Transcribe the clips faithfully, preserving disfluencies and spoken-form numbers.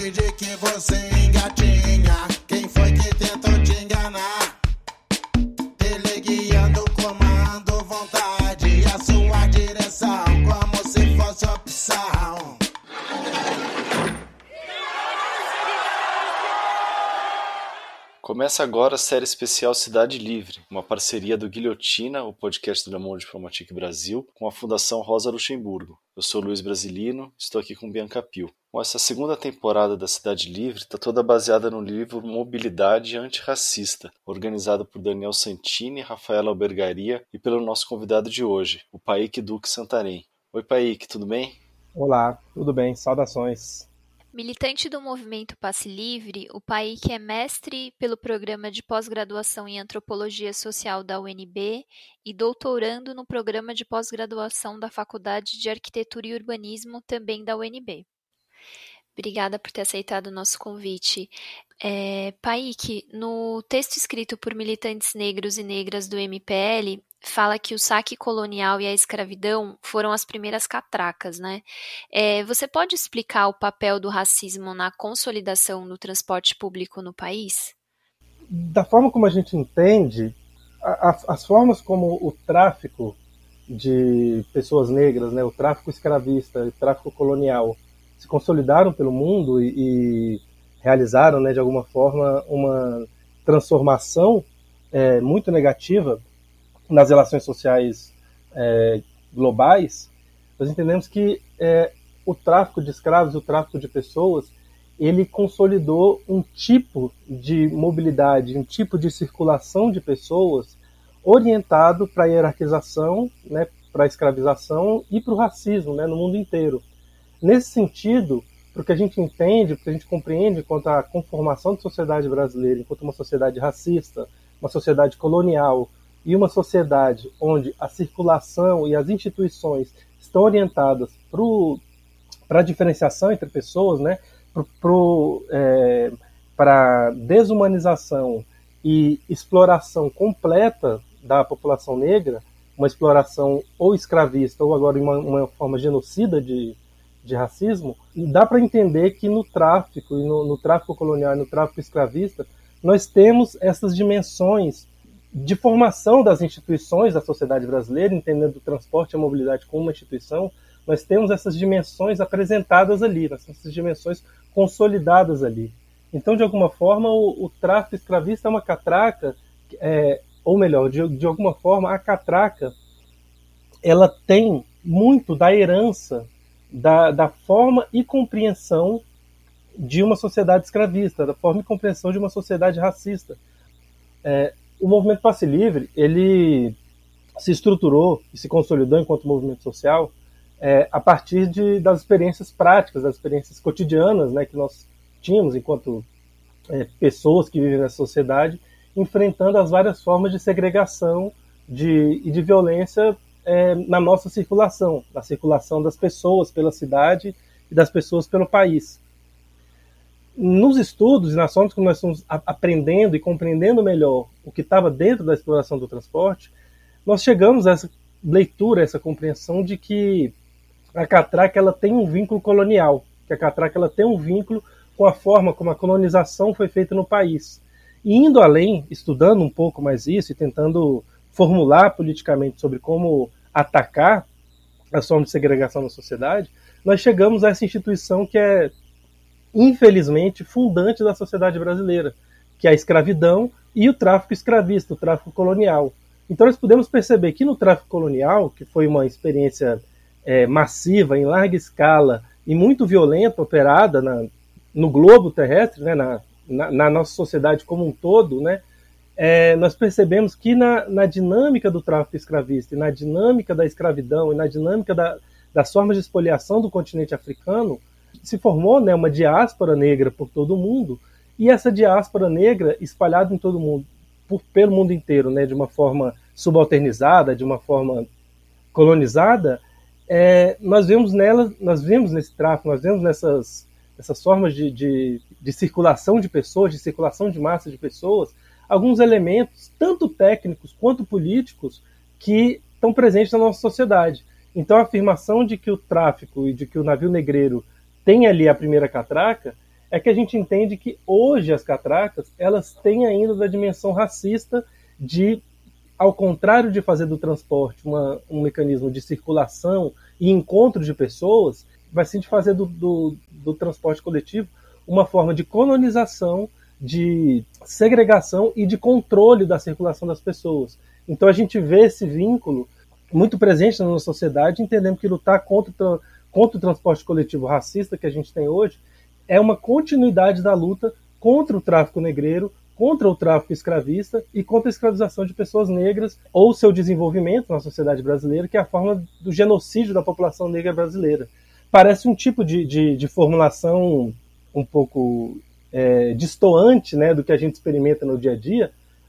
de que você engatinha. Quem foi que tentou te enganar? Teleguiando o comando, vontade e a sua direção, como se fosse opção. Começa agora a série especial Cidade Livre, uma parceria do Guilhotina, o podcast do Le Monde Diplomatique Brasil, com a Fundação Rosa Luxemburgo. Eu sou Luiz Brasilino, estou aqui com Bianca Pio. Bom, essa segunda temporada da Cidade Livre está toda baseada no livro Mobilidade Antirracista, organizado por Daniel Santini, Rafaela Albergaria e pelo nosso convidado de hoje, o Paik Duque Santarém. Oi, Paik, tudo bem? Olá, tudo bem, saudações. Militante do movimento Passe Livre, o Paik é mestre pelo programa de pós-graduação em Antropologia Social da U N B e doutorando no programa de pós-graduação da Faculdade de Arquitetura e Urbanismo, também da U N B. Obrigada por ter aceitado o nosso convite. É, Paik, no texto escrito por militantes negros e negras do M P L, fala que o saque colonial e a escravidão foram as primeiras catracas, né? É, você pode explicar o papel do racismo na consolidação do transporte público no país? Da forma como a gente entende, a, a, as formas como o tráfico de pessoas negras, né, o tráfico escravista, o tráfico colonial, se consolidaram pelo mundo e, e realizaram, né, de alguma forma, uma transformação é, muito negativa nas relações sociais é, globais, nós entendemos que é, o tráfico de escravos, o tráfico de pessoas, ele consolidou um tipo de mobilidade, um tipo de circulação de pessoas orientado para a hierarquização, né, para a escravização e para o racismo, né, no mundo inteiro. Nesse sentido, porque a gente entende, porque a gente compreende quanto à conformação da sociedade brasileira, enquanto uma sociedade racista, uma sociedade colonial, e uma sociedade onde a circulação e as instituições estão orientadas para a diferenciação entre pessoas, né, para a é, desumanização e exploração completa da população negra, uma exploração ou escravista ou agora uma, uma forma genocida de, de racismo, dá para entender que no tráfico, e no, no tráfico colonial e no tráfico escravista, nós temos essas dimensões de formação das instituições da sociedade brasileira, entendendo o transporte e a mobilidade como uma instituição, nós temos essas dimensões apresentadas ali, nós temos essas dimensões consolidadas ali. Então, de alguma forma, o, o tráfico escravista é uma catraca, é, ou melhor, de, de alguma forma, a catraca ela tem muito da herança, da, da forma e compreensão de uma sociedade escravista, da forma e compreensão de uma sociedade racista. É, O movimento Passe Livre, ele se estruturou e se consolidou enquanto movimento social é, a partir de, das experiências práticas, das experiências cotidianas, né, que nós tínhamos enquanto é, pessoas que vivem nessa sociedade, enfrentando as várias formas de segregação de, e de violência é, na nossa circulação, na circulação das pessoas pela cidade e das pessoas pelo país. Nos estudos e nas formas como nós estamos aprendendo e compreendendo melhor o que estava dentro da exploração do transporte, nós chegamos a essa leitura, a essa compreensão de que a catraca ela tem um vínculo colonial, que a catraca ela tem um vínculo com a forma como a colonização foi feita no país. E indo além, estudando um pouco mais isso e tentando formular politicamente sobre como atacar as formas de segregação na sociedade, nós chegamos a essa instituição que é infelizmente, fundante da sociedade brasileira, que é a escravidão e o tráfico escravista, o tráfico colonial. Então nós podemos perceber que no tráfico colonial, que foi uma experiência é, massiva, em larga escala e muito violenta, operada na, no globo terrestre, né, na, na, na nossa sociedade como um todo, né, é, nós percebemos que na, na dinâmica do tráfico escravista e na dinâmica da escravidão e na dinâmica da, das formas de expoliação do continente africano, se formou, né, uma diáspora negra por todo o mundo, e essa diáspora negra espalhada em todo o mundo, por, pelo mundo inteiro, né, de uma forma subalternizada, de uma forma colonizada, é, nós vemos nela, nós vemos nesse tráfico, nós vemos nessas, nessas formas de, de, de circulação de pessoas, de circulação de massa de pessoas, alguns elementos, tanto técnicos quanto políticos, que estão presentes na nossa sociedade. Então a afirmação de que o tráfico e de que o navio negreiro tem ali a primeira catraca, é que a gente entende que hoje as catracas, elas têm ainda da dimensão racista de, ao contrário de fazer do transporte uma, um mecanismo de circulação e encontro de pessoas, vai sim de fazer do, do, do transporte coletivo uma forma de colonização, de segregação e de controle da circulação das pessoas. Então a gente vê esse vínculo muito presente na nossa sociedade, entendendo que lutar contra, contra o transporte coletivo racista que a gente tem hoje é uma continuidade da luta contra o tráfico negreiro, contra o tráfico escravista e contra a escravização de pessoas negras ou seu desenvolvimento na sociedade brasileira, que é a forma do genocídio da população negra brasileira. Parece um tipo de, de, de formulação um pouco é, distoante, né, do que a gente experimenta no dia a dia,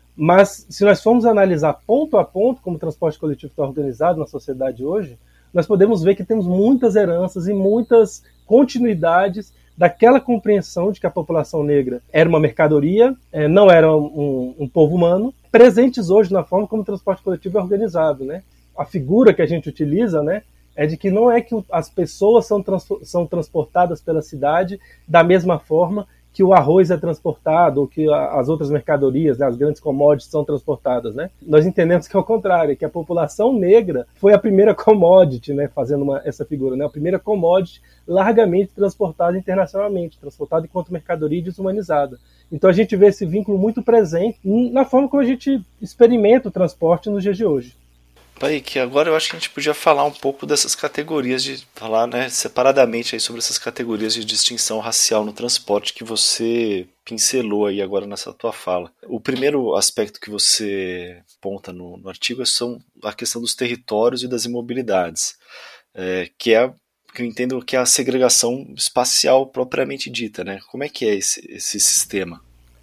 mas se nós formos analisar ponto a ponto como o transporte coletivo está organizado na sociedade hoje, nós podemos ver que temos muitas heranças e muitas continuidades daquela compreensão de que a população negra era uma mercadoria, não era um, um povo humano, presentes hoje na forma como o transporte coletivo é organizado, né? A figura que a gente utiliza, né, é de que não é que as pessoas são, trans, são transportadas pela cidade da mesma forma que o arroz é transportado, ou que as outras mercadorias, né, as grandes commodities são transportadas, né? Nós entendemos que é o contrário, que a população negra foi a primeira commodity, né, fazendo uma, essa figura, né, a primeira commodity largamente transportada internacionalmente, transportada enquanto mercadoria desumanizada. Então a gente vê esse vínculo muito presente na forma como a gente experimenta o transporte nos dias de hoje. Paik, agora eu acho que a gente podia falar um pouco dessas categorias, de falar, né, separadamente aí sobre essas categorias de distinção racial no transporte que você pincelou aí agora nessa tua fala. O primeiro aspecto que você aponta no, no artigo são a questão dos territórios e das imobilidades, é, que é que eu entendo que é a segregação espacial propriamente dita, né? Como é que é esse, esse sistema?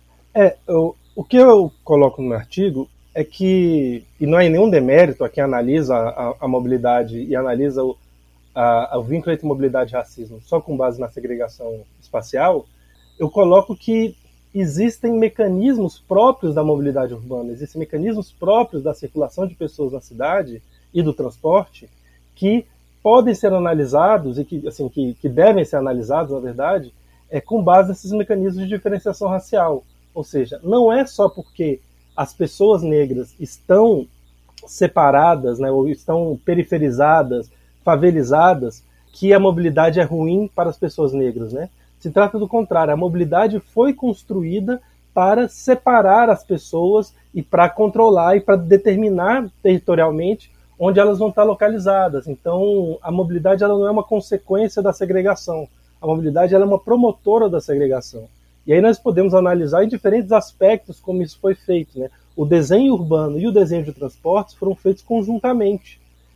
É, o, o que eu coloco no artigo é que, e não é nenhum demérito a quem analisa a, a mobilidade e analisa o, a, o vínculo entre mobilidade e racismo só com base na segregação espacial, eu coloco que existem mecanismos próprios da mobilidade urbana, existem mecanismos próprios da circulação de pessoas na cidade e do transporte que podem ser analisados e que, assim, que, que devem ser analisados, na verdade, é, com base nesses mecanismos de diferenciação racial. Ou seja, não é só porque as pessoas negras estão separadas, né, ou estão periferizadas, favelizadas, que a mobilidade é ruim para as pessoas negras, né? Se trata do contrário, a mobilidade foi construída para separar as pessoas e para controlar e para determinar territorialmente onde elas vão estar localizadas. Então, a mobilidade ela não é uma consequência da segregação. A mobilidade ela é uma promotora da segregação. E aí nós podemos analisar em diferentes aspectos como isso foi feito, né? O desenho urbano e o desenho de transportes foram feitos conjuntamente.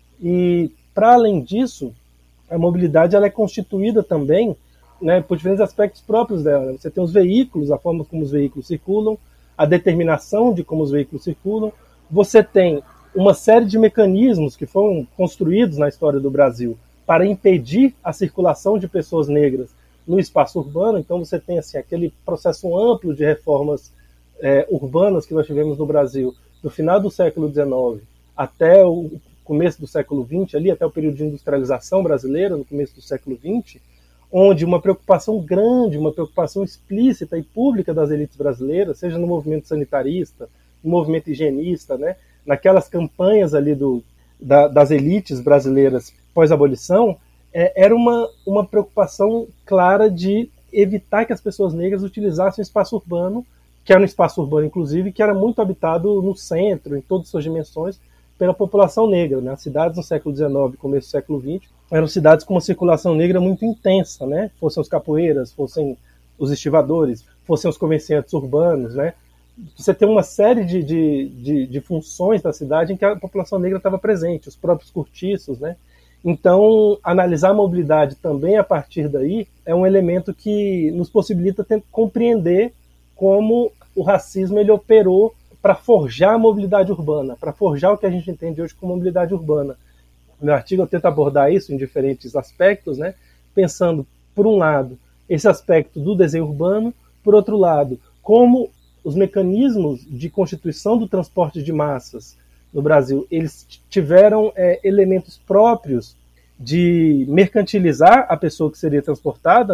E, para além disso, a mobilidade ela é constituída também, né, por diferentes aspectos próprios dela. Você tem os veículos, a forma como os veículos circulam, a determinação de como os veículos circulam. Você tem uma série de mecanismos que foram construídos na história do Brasil para impedir a circulação de pessoas negras no espaço urbano. Então você tem assim, aquele processo amplo de reformas é, urbanas que nós tivemos no Brasil do final do século dezenove até o começo do século vinte, ali, até o período de industrialização brasileira, no começo do século vinte, onde uma preocupação grande, uma preocupação explícita e pública das elites brasileiras, seja no movimento sanitarista, no movimento higienista, né, naquelas campanhas ali do, da, das elites brasileiras pós-abolição, é, era uma, uma preocupação clara de evitar que as pessoas negras utilizassem o espaço urbano, que era um espaço urbano, inclusive, que era muito habitado no centro, em todas as suas dimensões, pela população negra, né? As cidades no século dezenove, começo do século vinte, eram cidades com uma circulação negra muito intensa, né? Fossem os capoeiras, fossem os estivadores, fossem os comerciantes urbanos, né? Você tem uma série de, de, de, de funções da cidade em que a população negra estava presente, os próprios cortiços, né? Então, analisar a mobilidade também a partir daí é um elemento que nos possibilita tentar compreender como o racismo ele operou para forjar a mobilidade urbana, para forjar o que a gente entende hoje como mobilidade urbana. No artigo eu tento abordar isso em diferentes aspectos, né? Pensando, por um lado, esse aspecto do desenho urbano, por outro lado, como os mecanismos de constituição do transporte de massas no Brasil, eles tiveram é, elementos próprios de mercantilizar a pessoa que seria transportada, né?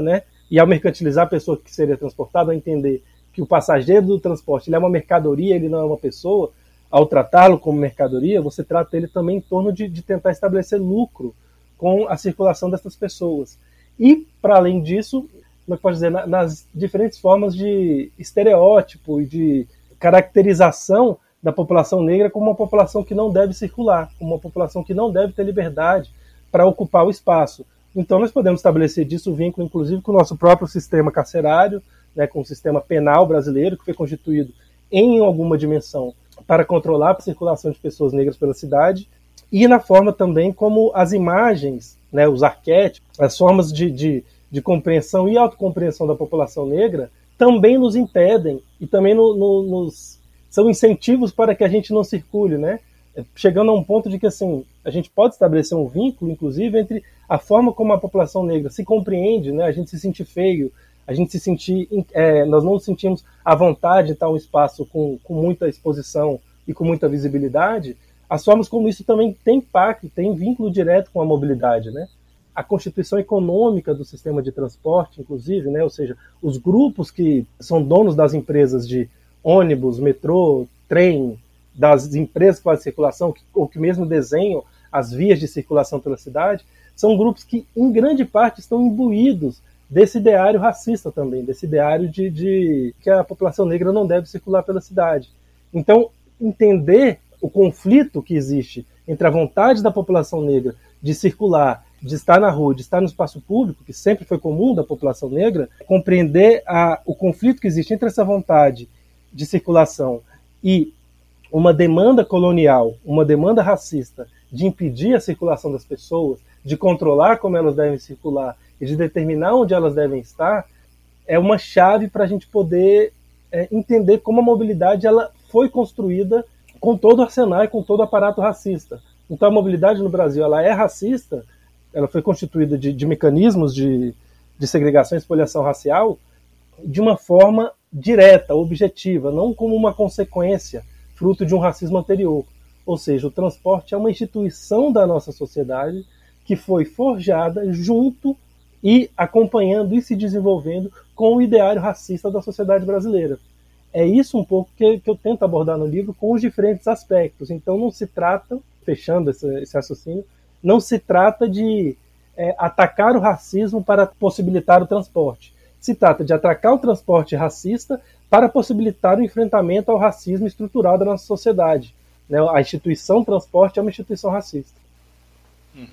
e ao mercantilizar a pessoa que seria transportada, ao entender que o passageiro do transporte ele é uma mercadoria, ele não é uma pessoa, ao tratá-lo como mercadoria, você trata ele também em torno de, de tentar estabelecer lucro com a circulação dessas pessoas. E, para além disso, como é que pode dizer, nas diferentes formas de estereótipo e de caracterização da população negra como uma população que não deve circular, como uma população que não deve ter liberdade para ocupar o espaço. Então nós podemos estabelecer disso vínculo, inclusive, com o nosso próprio sistema carcerário, né, com o sistema penal brasileiro, que foi constituído em alguma dimensão para controlar a circulação de pessoas negras pela cidade, e na forma também como as imagens, né, os arquétipos, as formas de, de, de compreensão e autocompreensão da população negra também nos impedem e também no, no, nos, são incentivos para que a gente não circule, né? Chegando a um ponto de que assim, a gente pode estabelecer um vínculo, inclusive, entre a forma como a população negra se compreende, né? A gente se sentir feio, a gente se sentir, é, nós não nos sentimos à vontade de estar em um espaço com, com muita exposição e com muita visibilidade, as formas como isso também tem impacto, tem vínculo direto com a mobilidade, né? A constituição econômica do sistema de transporte, inclusive, né? Ou seja, os grupos que são donos das empresas de ônibus, metrô, trem, das empresas que fazem circulação, ou que mesmo desenham as vias de circulação pela cidade, são grupos que, em grande parte, estão imbuídos desse ideário racista também, desse ideário de, de que a população negra não deve circular pela cidade. Então, entender o conflito que existe entre a vontade da população negra de circular, de estar na rua, de estar no espaço público, que sempre foi comum da população negra, compreender a, o conflito que existe entre essa vontade de circulação e uma demanda colonial, uma demanda racista de impedir a circulação das pessoas, de controlar como elas devem circular e de determinar onde elas devem estar, é uma chave para a gente poder é, entender como a mobilidade ela foi construída com todo o arsenal e com todo o aparato racista. Então a mobilidade no Brasil ela é racista, ela foi constituída de, de mecanismos de, de segregação e espoliação racial de uma forma direta, objetiva, não como uma consequência fruto de um racismo anterior. Ou seja, o transporte é uma instituição da nossa sociedade que foi forjada junto e acompanhando e se desenvolvendo com o ideário racista da sociedade brasileira. É isso um pouco que, que eu tento abordar no livro com os diferentes aspectos. Então não se trata, fechando esse, esse raciocínio, não se trata de é, atacar o racismo para possibilitar o transporte. Se trata de atacar o transporte racista para possibilitar o enfrentamento ao racismo estrutural da nossa sociedade. Né? A instituição transporte é uma instituição racista. Uhum.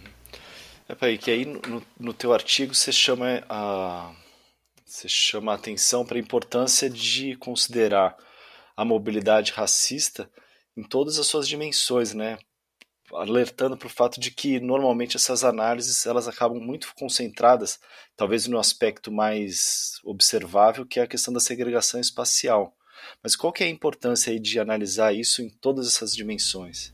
É, pai, que aí no, no teu artigo você chama a, você chama a atenção para a importância de considerar a mobilidade racista em todas as suas dimensões, né? Alertando para o fato de que normalmente essas análises elas acabam muito concentradas, talvez no aspecto mais observável, que é a questão da segregação espacial. Mas qual que é a importância aí de analisar isso em todas essas dimensões?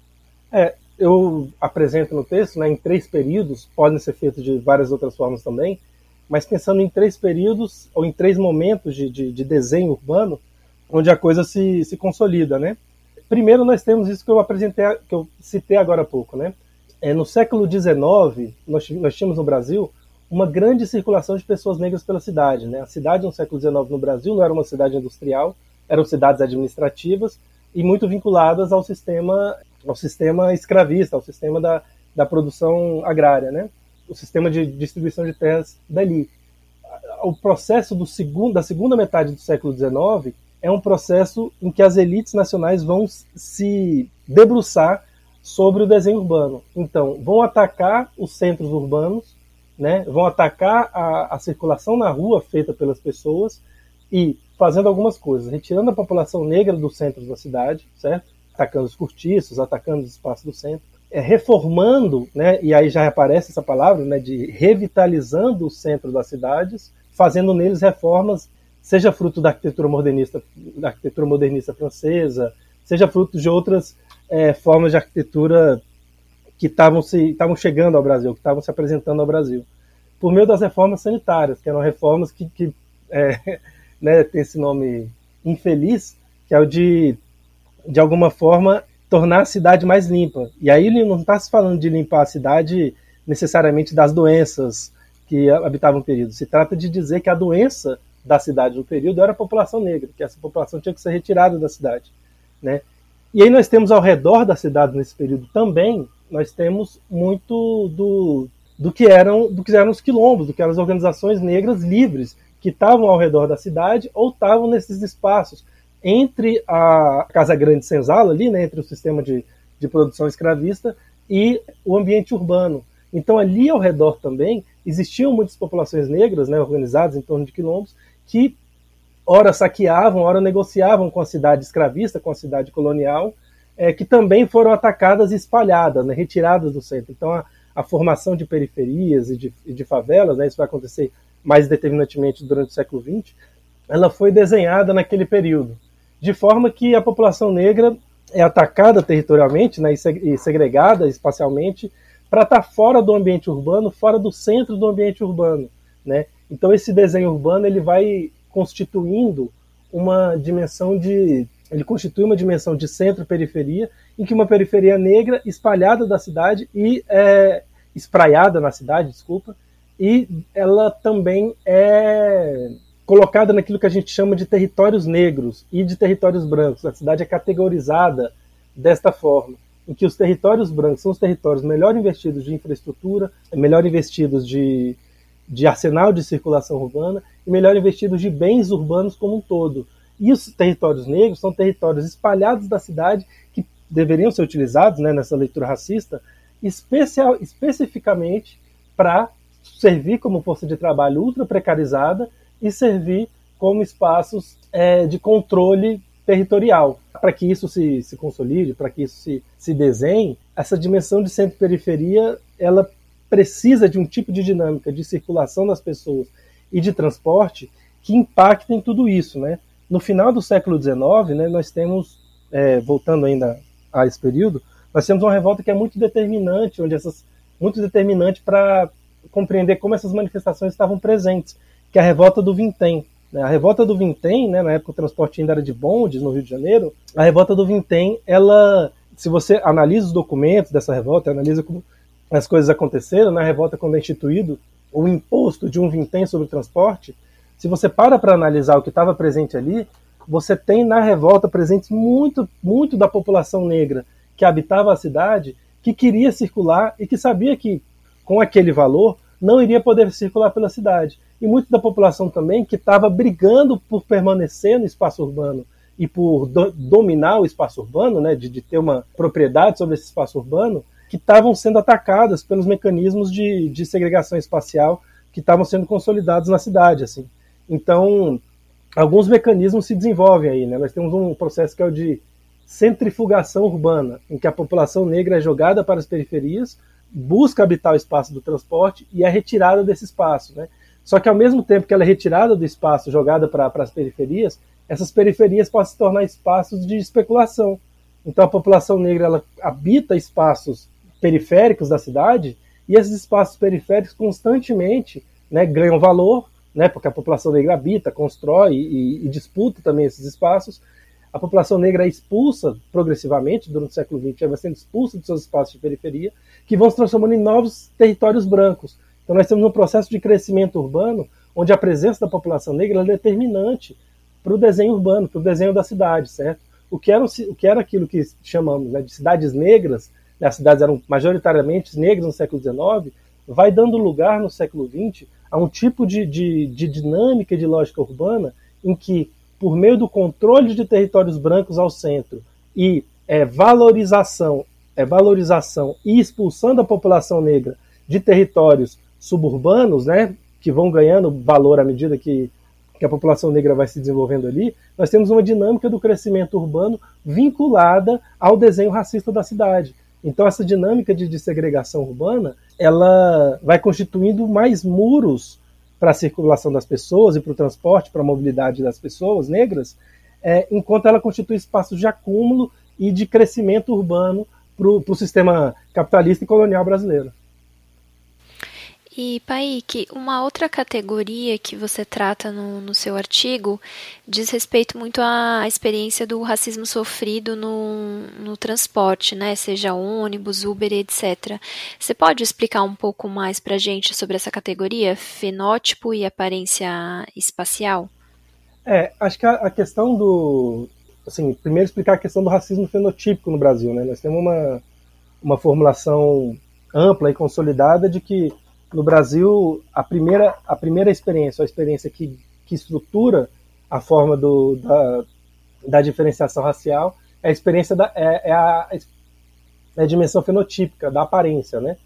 É, eu apresento no texto, né, em três períodos, podem ser feitos de várias outras formas também, mas pensando em três períodos ou em três momentos de, de, de desenho urbano, onde a coisa se, se consolida, né? Primeiro nós temos isso que eu apresentei, que eu citei agora há pouco, né? É, no século dezenove, nós, nós tínhamos no Brasil uma grande circulação de pessoas negras pela cidade, né? A cidade no século dezenove no Brasil não era uma cidade industrial, eram cidades administrativas e muito vinculadas ao sistema, ao sistema escravista, ao sistema da, da produção agrária, né? O sistema de distribuição de terras dali. O processo do segundo, da segunda metade do século dezenove é um processo em que as elites nacionais vão se debruçar sobre o desenho urbano. Então, vão atacar os centros urbanos, né? Vão atacar a, a circulação na rua feita pelas pessoas e fazendo algumas coisas, retirando a população negra dos centros da cidade, certo? Atacando os cortiços, atacando os espaços do centro, é, reformando, né? E aí já aparece essa palavra, né? De revitalizando o centro das cidades, fazendo neles reformas, seja fruto da arquitetura modernista, da arquitetura modernista francesa, seja fruto de outras é, formas de arquitetura que estavam se estavam chegando ao Brasil, que estavam se apresentando ao Brasil, por meio das reformas sanitárias, que eram reformas que, que é, né, tem esse nome infeliz, que é o de, de alguma forma, tornar a cidade mais limpa. E aí ele não está se falando de limpar a cidade necessariamente das doenças que habitavam o período. Se trata de dizer que a doença da cidade no período era a população negra, que essa população tinha que ser retirada da cidade, né? E aí nós temos ao redor da cidade nesse período também, nós temos muito do, do, que eram, do que eram os quilombos, do que eram as organizações negras livres, que estavam ao redor da cidade ou estavam nesses espaços, entre a Casa Grande Senzala, ali, né, entre o sistema de, de produção escravista e o ambiente urbano. Então ali ao redor também existiam muitas populações negras, né, organizadas em torno de quilombos, que ora saqueavam, ora negociavam com a cidade escravista, com a cidade colonial, é, que também foram atacadas e espalhadas, né, retiradas do centro. Então a, a formação de periferias e de, e de favelas, né, isso vai acontecer mais determinantemente durante o século vinte, ela foi desenhada naquele período, de forma que a população negra é atacada territorialmente, né, e segregada espacialmente, para estar fora do ambiente urbano, fora do centro do ambiente urbano, né? Então esse desenho urbano ele vai constituindo uma dimensão de, ele constitui uma dimensão de centro-periferia, em que uma periferia negra espalhada da cidade e é, espraiada na cidade, desculpa, e ela também é colocada naquilo que a gente chama de territórios negros e de territórios brancos. A cidade é categorizada desta forma, em que os territórios brancos são os territórios melhor investidos de infraestrutura, melhor investidos de, de arsenal de circulação urbana e melhor investidos de bens urbanos como um todo. E os territórios negros são territórios espalhados da cidade que deveriam ser utilizados, né, nessa leitura racista, especial, especificamente para servir como força de trabalho ultra precarizada e servir como espaços é, de controle territorial. Para que isso se, se consolide, para que isso se, se desenhe, essa dimensão de centro-periferia ela precisa de um tipo de dinâmica de circulação das pessoas e de transporte que impacta em tudo isso, né? No final do século dezenove, né, nós temos, é, voltando ainda a esse período, nós temos uma revolta que é muito determinante, onde essas, muito determinante para compreender como essas manifestações estavam presentes, que é a revolta do Vintém. A revolta do Vintém, né, na época o transporte ainda era de bondes no Rio de Janeiro, a revolta do Vintém, ela, se você analisa os documentos dessa revolta, analisa como as coisas aconteceram, na revolta quando é instituído o imposto de um vintém sobre o transporte, se você para para analisar o que estava presente ali, você tem na revolta presente muito, muito da população negra que habitava a cidade, que queria circular e que sabia que com aquele valor não iria poder circular pela cidade. E muito da população também que estava brigando por permanecer no espaço urbano e por do, dominar o espaço urbano, né, de, de ter uma propriedade sobre esse espaço urbano, que estavam sendo atacadas pelos mecanismos de, de segregação espacial que estavam sendo consolidados na cidade. Assim. Então, alguns mecanismos se desenvolvem aí. Né? Nós temos um processo que é o de centrifugação urbana, em que a população negra é jogada para as periferias, busca habitar o espaço do transporte e é retirada desse espaço, né? Só que ao mesmo tempo que ela é retirada do espaço, jogada para as periferias, essas periferias podem se tornar espaços de especulação. Então a população negra ela habita espaços periféricos da cidade e esses espaços periféricos constantemente, né, ganham valor, né, porque a população negra habita, constrói e, e disputa também esses espaços. A população negra é expulsa progressivamente, durante o século vinte, ela vai sendo expulsa de seus espaços de periferia, que vão se transformando em novos territórios brancos. Então nós temos um processo de crescimento urbano, onde a presença da população negra é determinante para o desenho urbano, para o desenho da cidade, certo? O que era, o que era aquilo que chamamos, né, de cidades negras, né, as cidades eram majoritariamente negras no século dezenove, vai dando lugar no século vinte a um tipo de, de, de dinâmica e de lógica urbana em que, por meio do controle de territórios brancos ao centro e é, valorização, é, valorização e expulsão da população negra de territórios suburbanos, né, que vão ganhando valor à medida que, que a população negra vai se desenvolvendo ali, nós temos uma dinâmica do crescimento urbano vinculada ao desenho racista da cidade. Então essa dinâmica de, de segregação urbana, ela vai constituindo mais muros para a circulação das pessoas e para o transporte, para a mobilidade das pessoas negras, é, enquanto ela constitui espaços de acúmulo e de crescimento urbano para o sistema capitalista e colonial brasileiro. E, Paik, uma outra categoria que você trata no, no seu artigo diz respeito muito à experiência do racismo sofrido no, no transporte, né? Seja ônibus, Uber, etcétera. Você pode explicar um pouco mais para a gente sobre essa categoria, fenótipo e aparência espacial? É, acho que a, a questão do... Assim, primeiro explicar a questão do racismo fenotípico no Brasil, né? Nós temos uma, uma formulação ampla e consolidada de que no Brasil, a primeira, a primeira experiência, a experiência que, que estrutura a forma do, da, da diferenciação racial, é a experiência da, é, é, a, é a dimensão fenotípica, da aparência, né?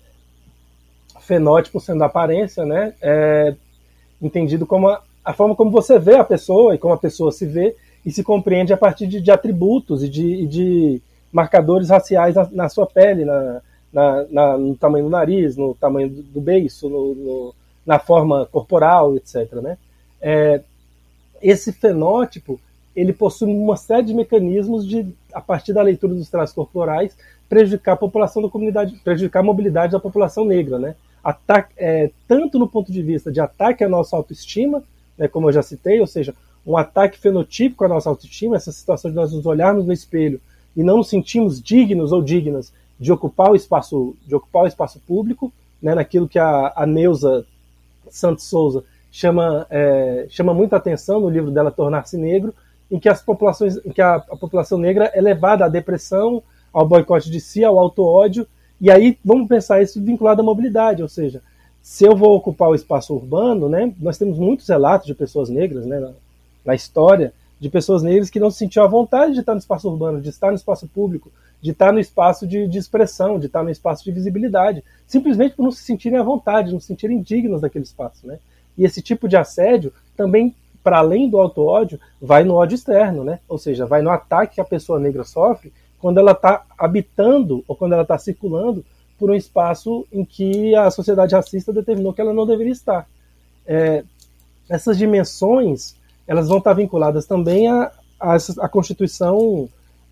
Fenótipo sendo a aparência, né? É entendido como a, a forma como você vê a pessoa e como a pessoa se vê e se compreende a partir de, de atributos e de, de marcadores raciais na, na sua pele, na Na, na, no tamanho do nariz, no tamanho do, do beiço, no, no, na forma corporal, etcétera, né? É, esse fenótipo, ele possui uma série de mecanismos de, a partir da leitura dos traços corporais, prejudicar a população da comunidade, prejudicar a mobilidade da população negra, né? Ataque, é, tanto no ponto de vista de ataque à nossa autoestima, né, como eu já citei, ou seja, um ataque fenotípico à nossa autoestima, essa situação de nós nos olharmos no espelho e não nos sentimos dignos ou dignas de ocupar o espaço, de ocupar o espaço público, né, naquilo que a, a Neuza Santos Souza chama, é, chama muita atenção no livro dela, Tornar-se Negro, em que, as populações, em que a, a população negra é levada à depressão, ao boicote de si, ao auto-ódio, e aí vamos pensar isso vinculado à mobilidade, ou seja, se eu vou ocupar o espaço urbano, né, nós temos muitos relatos de pessoas negras, né, na, na história, de pessoas negras que não se sentiam à vontade de estar no espaço urbano, de estar no espaço público, de estar no espaço de, de expressão, de estar no espaço de visibilidade, simplesmente por não se sentirem à vontade, não se sentirem dignos daquele espaço, né? E esse tipo de assédio também, para além do auto-ódio, vai no ódio externo, né? Ou seja, vai no ataque que a pessoa negra sofre quando ela está habitando ou quando ela está circulando por um espaço em que a sociedade racista determinou que ela não deveria estar. É, essas dimensões, elas vão estar vinculadas também à a, a, a Constituição,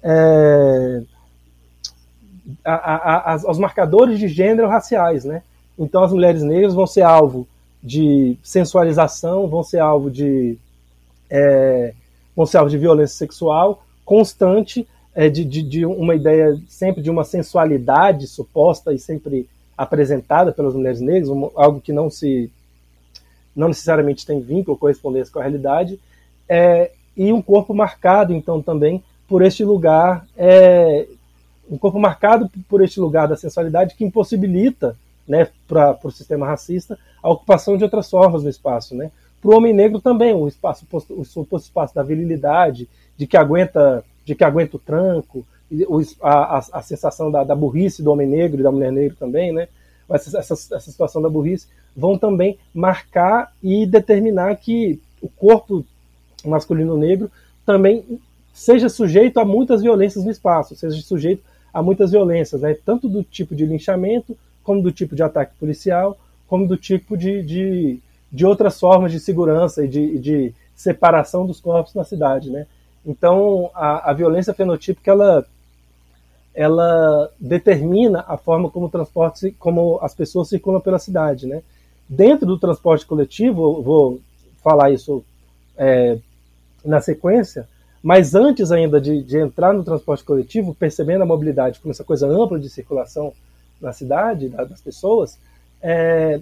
é, a, a, a, aos marcadores de gênero raciais, né? Então as mulheres negras vão ser alvo de sensualização, vão ser alvo de, é, vão ser alvo de violência sexual constante, é, de, de, de uma ideia sempre de uma sensualidade suposta e sempre apresentada pelas mulheres negras, um, algo que não se não necessariamente tem vínculo ou correspondência com a realidade, é, e um corpo marcado, então, também por este lugar, é, um corpo marcado por este lugar da sensualidade que impossibilita, né, para o sistema racista a ocupação de outras formas no espaço, né? Para o homem negro também, o espaço, o suposto espaço da virilidade, de que aguenta, de que aguenta o tranco, a, a, a sensação da, da burrice do homem negro e da mulher negra também, né? Essa, essa, essa situação da burrice vão também marcar e determinar que o corpo masculino negro também seja sujeito a muitas violências no espaço, seja sujeito a muitas violências, né? Tanto do tipo de linchamento, como do tipo de ataque policial, como do tipo de, de, de outras formas de segurança e de, de separação dos corpos na cidade, né? Então, a, a violência fenotípica, ela, ela determina a forma como o transporte, como as pessoas circulam pela cidade, né? Dentro do transporte coletivo, vou falar isso é, na sequência, mas antes ainda de, de entrar no transporte coletivo, percebendo a mobilidade como essa coisa ampla de circulação na cidade, das pessoas, é,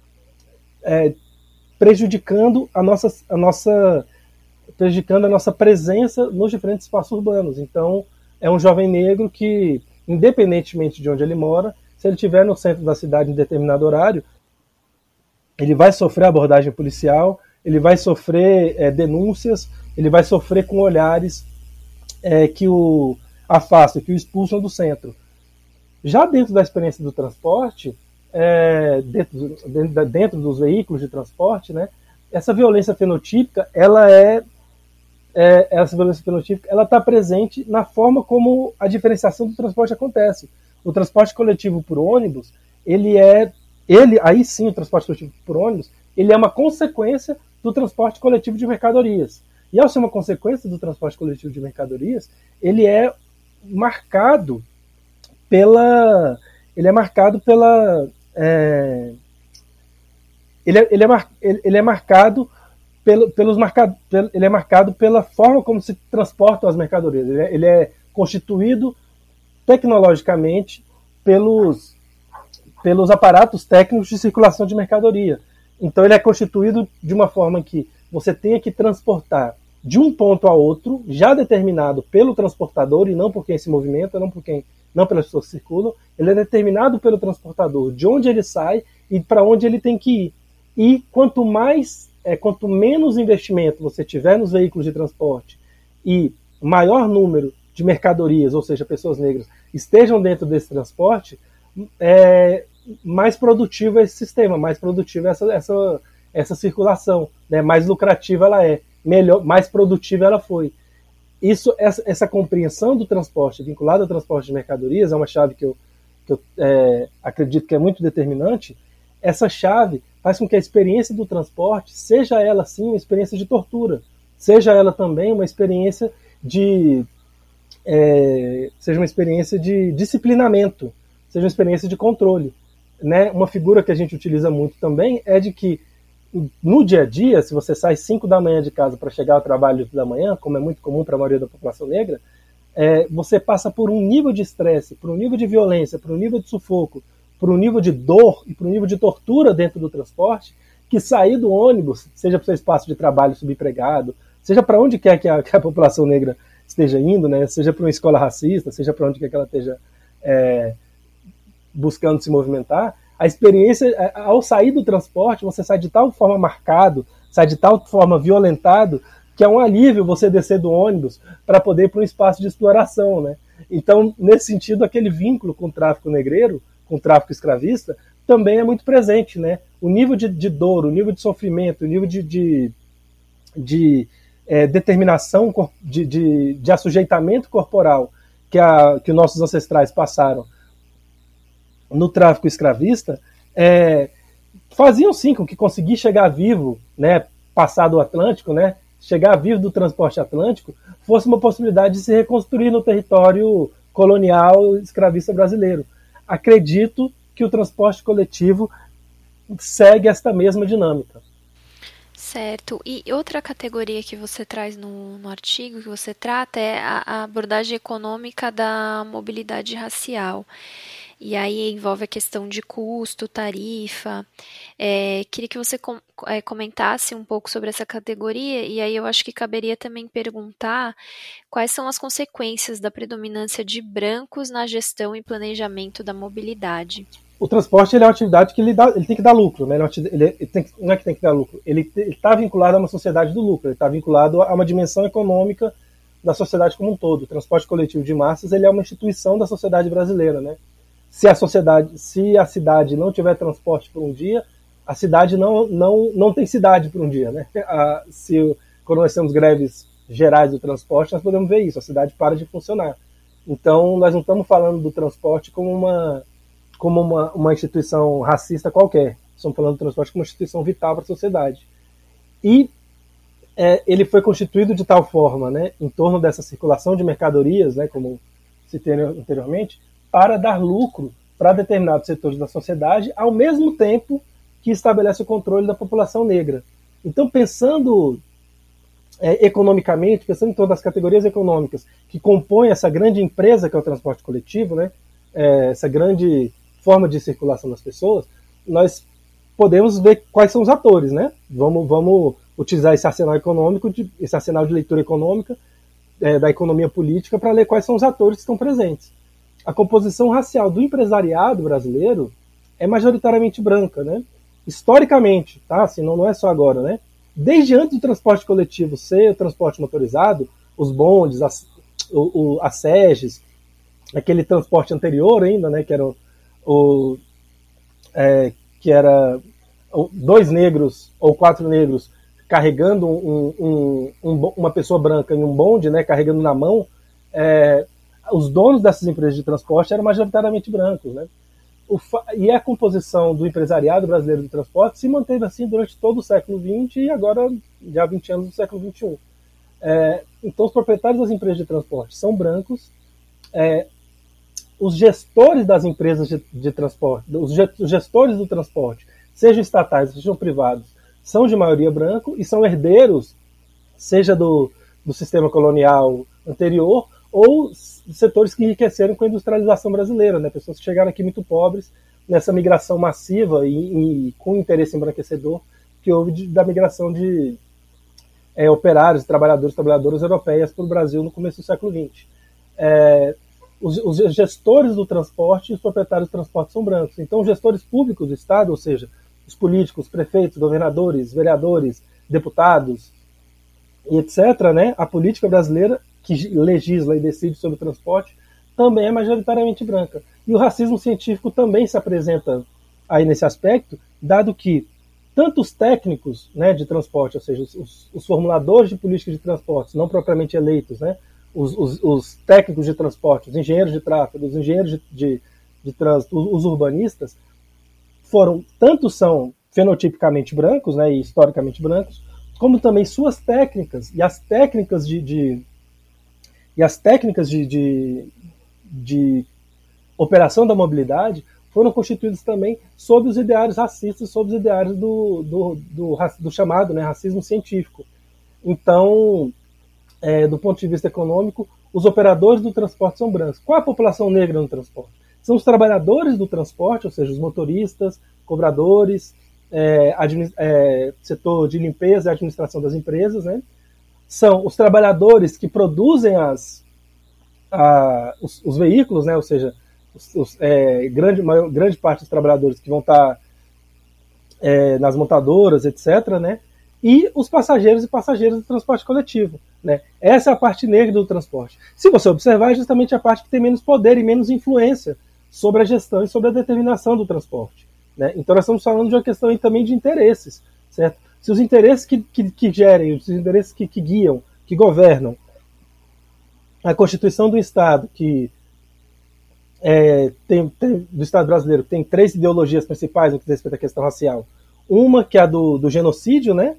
é, prejudicando a nossa, a nossa, prejudicando a nossa presença nos diferentes espaços urbanos. Então, é um jovem negro que, independentemente de onde ele mora, se ele estiver no centro da cidade em determinado horário, ele vai sofrer abordagem policial, ele vai sofrer é, denúncias, ele vai sofrer com olhares é, que o afastam, que o expulsam do centro. Já dentro da experiência do transporte, é, dentro, dentro, dentro dos veículos de transporte, né, essa violência fenotípica, ela é, é essa violência fenotípica, ela está presente na forma como a diferenciação do transporte acontece. O transporte coletivo por ônibus, ele é, ele, aí sim, o transporte coletivo por ônibus, ele é uma consequência do transporte coletivo de mercadorias. E ao ser uma consequência do transporte coletivo de mercadorias, ele é marcado pela, ele é marcado pela, é, ele é, ele é, mar, ele, ele é marcado pelo, pelos marca, ele é marcado pela forma como se transportam as mercadorias. Ele é, ele é constituído tecnologicamente pelos, pelos aparatos técnicos de circulação de mercadoria. Então ele é constituído de uma forma que você tenha que transportar de um ponto a outro, já determinado pelo transportador e não por quem se movimenta, não, por quem, não pelas pessoas que circulam. Ele é determinado pelo transportador de onde ele sai e para onde ele tem que ir. E quanto mais, é, quanto menos investimento você tiver nos veículos de transporte e maior número de mercadorias, ou seja, pessoas negras, estejam dentro desse transporte, é, mais produtivo é esse sistema, mais produtiva é essa, essa, essa circulação, né? Mais lucrativa ela é, melhor, mais produtiva ela foi. Isso, essa, essa compreensão do transporte vinculada ao transporte de mercadorias é uma chave que eu, que eu é, acredito que é muito determinante. Essa chave faz com que a experiência do transporte seja ela, sim, uma experiência de tortura, seja ela também uma experiência de é, seja uma experiência de disciplinamento, seja uma experiência de controle, né? Uma figura que a gente utiliza muito também é de que no dia a dia, se você sai cinco da manhã de casa para chegar ao trabalho oito da manhã, como é muito comum para a maioria da população negra, é, você passa por um nível de estresse, por um nível de violência, por um nível de sufoco, por um nível de dor e por um nível de tortura dentro do transporte, que sair do ônibus, seja para o seu espaço de trabalho subempregado, seja para onde quer que a, que a população negra esteja indo, né, seja para uma escola racista, seja para onde quer que ela esteja é, buscando se movimentar, a experiência, ao sair do transporte, você sai de tal forma marcado, sai de tal forma violentado, que é um alívio você descer do ônibus para poder ir para um espaço de exploração, né? Então, nesse sentido, aquele vínculo com o tráfico negreiro, com o tráfico escravista, também é muito presente, né? O nível de, de dor, o nível de sofrimento, o nível de, de, de é, determinação, de, de, de assujeitamento corporal que, a, que nossos ancestrais passaram no tráfico escravista, é, faziam sim com que conseguir chegar vivo, né, passar do Atlântico, né, chegar vivo do transporte atlântico, fosse uma possibilidade de se reconstruir no território colonial escravista brasileiro. Acredito que o transporte coletivo segue esta mesma dinâmica. Certo. E outra categoria que você traz no, no artigo, que você trata, é a, a abordagem econômica da mobilidade racial. E aí envolve a questão de custo, tarifa. É, queria que você com, é, comentasse um pouco sobre essa categoria, e aí eu acho que caberia também perguntar quais são as consequências da predominância de brancos na gestão e planejamento da mobilidade. O transporte ele é uma atividade que ele, dá, ele tem que dar lucro, né? Ele, ele tem, não é que tem que dar lucro, ele está vinculado a uma sociedade do lucro, ele está vinculado a uma dimensão econômica da sociedade como um todo. O transporte coletivo de massas ele é uma instituição da sociedade brasileira, né? Se a sociedade, se a cidade não tiver transporte por um dia, a cidade não, não, não tem cidade por um dia, né? A, se, quando nós temos greves gerais do transporte, nós podemos ver isso, a cidade para de funcionar. Então, nós não estamos falando do transporte como uma, como uma, uma instituição racista qualquer, estamos falando do transporte como uma instituição vital para a sociedade. E é, ele foi constituído de tal forma, né, em torno dessa circulação de mercadorias, né, como citei anteriormente, para dar lucro para determinados setores da sociedade, ao mesmo tempo que estabelece o controle da população negra. Então, pensando é, economicamente, pensando em todas as categorias econômicas que compõem essa grande empresa que é o transporte coletivo, né, é, essa grande forma de circulação das pessoas, nós podemos ver quais são os atores, né? Vamos, vamos utilizar esse arsenal econômico, de, esse arsenal de leitura econômica é, da economia política para ler quais são os atores que estão presentes. A composição racial do empresariado brasileiro é majoritariamente branca, né? Historicamente, tá? Assim, não, não é só agora, né? Desde antes do transporte coletivo ser o transporte motorizado, os bondes, as, o, o, as SEGES, aquele transporte anterior ainda, né? Que era, o, o, é, que era dois negros ou quatro negros carregando um, um, um, uma pessoa branca em um bonde, né? Carregando na mão. É, os donos dessas empresas de transporte eram majoritariamente brancos, né? O fa... E a composição do empresariado brasileiro de transporte se manteve assim durante todo o século vinte e agora já vinte anos do século vinte e um. É... Então, os proprietários das empresas de transporte são brancos, é... os gestores das empresas de, de transporte, os gestores do transporte sejam estatais, sejam privados, são de maioria branco e são herdeiros, seja do, do sistema colonial anterior ou setores que enriqueceram com a industrialização brasileira, né? Pessoas que chegaram aqui muito pobres nessa migração massiva e, e com interesse embranquecedor que houve de, da migração de é, operários, trabalhadores, trabalhadoras europeias para o Brasil no começo do século vinte. É, os, os gestores do transporte e os proprietários do transporte são brancos. Então, os gestores públicos do Estado, ou seja, os políticos, prefeitos, governadores, vereadores, deputados e etcétera, né, a política brasileira que legisla e decide sobre o transporte também é majoritariamente branca. E o racismo científico também se apresenta aí nesse aspecto, dado que tanto os técnicos, né, de transporte, ou seja, os, os formuladores de política de transporte, não propriamente eleitos, né, os, os, os técnicos de transporte, os engenheiros de tráfego, os engenheiros de, de, de trânsito, os, os urbanistas, foram, tanto são fenotipicamente brancos, né, e historicamente brancos, como também suas técnicas e as técnicas de, de e as técnicas de, de, de operação da mobilidade foram constituídas também sob os ideários racistas, sob os ideários do, do, do, do chamado, né, racismo científico. Então, é, do ponto de vista econômico, os operadores do transporte são brancos. Qual é a população negra no transporte? São os trabalhadores do transporte, ou seja, os motoristas, cobradores, é, é, setor de limpeza e administração das empresas, né? São os trabalhadores que produzem as, a, os, os veículos, né? Ou seja, os, os, é, grande, maior, grande parte dos trabalhadores que vão estar é, nas montadoras, etcétera, né? E os passageiros e passageiras do transporte coletivo, né? Essa é a parte negra do transporte. Se você observar, é justamente a parte que tem menos poder e menos influência sobre a gestão e sobre a determinação do transporte, né? Então nós estamos falando de uma questão aí também de interesses, certo? Se os interesses que, que, que gerem, os interesses que, que guiam, que governam a Constituição do Estado, que é, tem, tem, do Estado brasileiro, que tem três ideologias principais no que diz respeito à questão racial. Uma que é a do, do genocídio, né?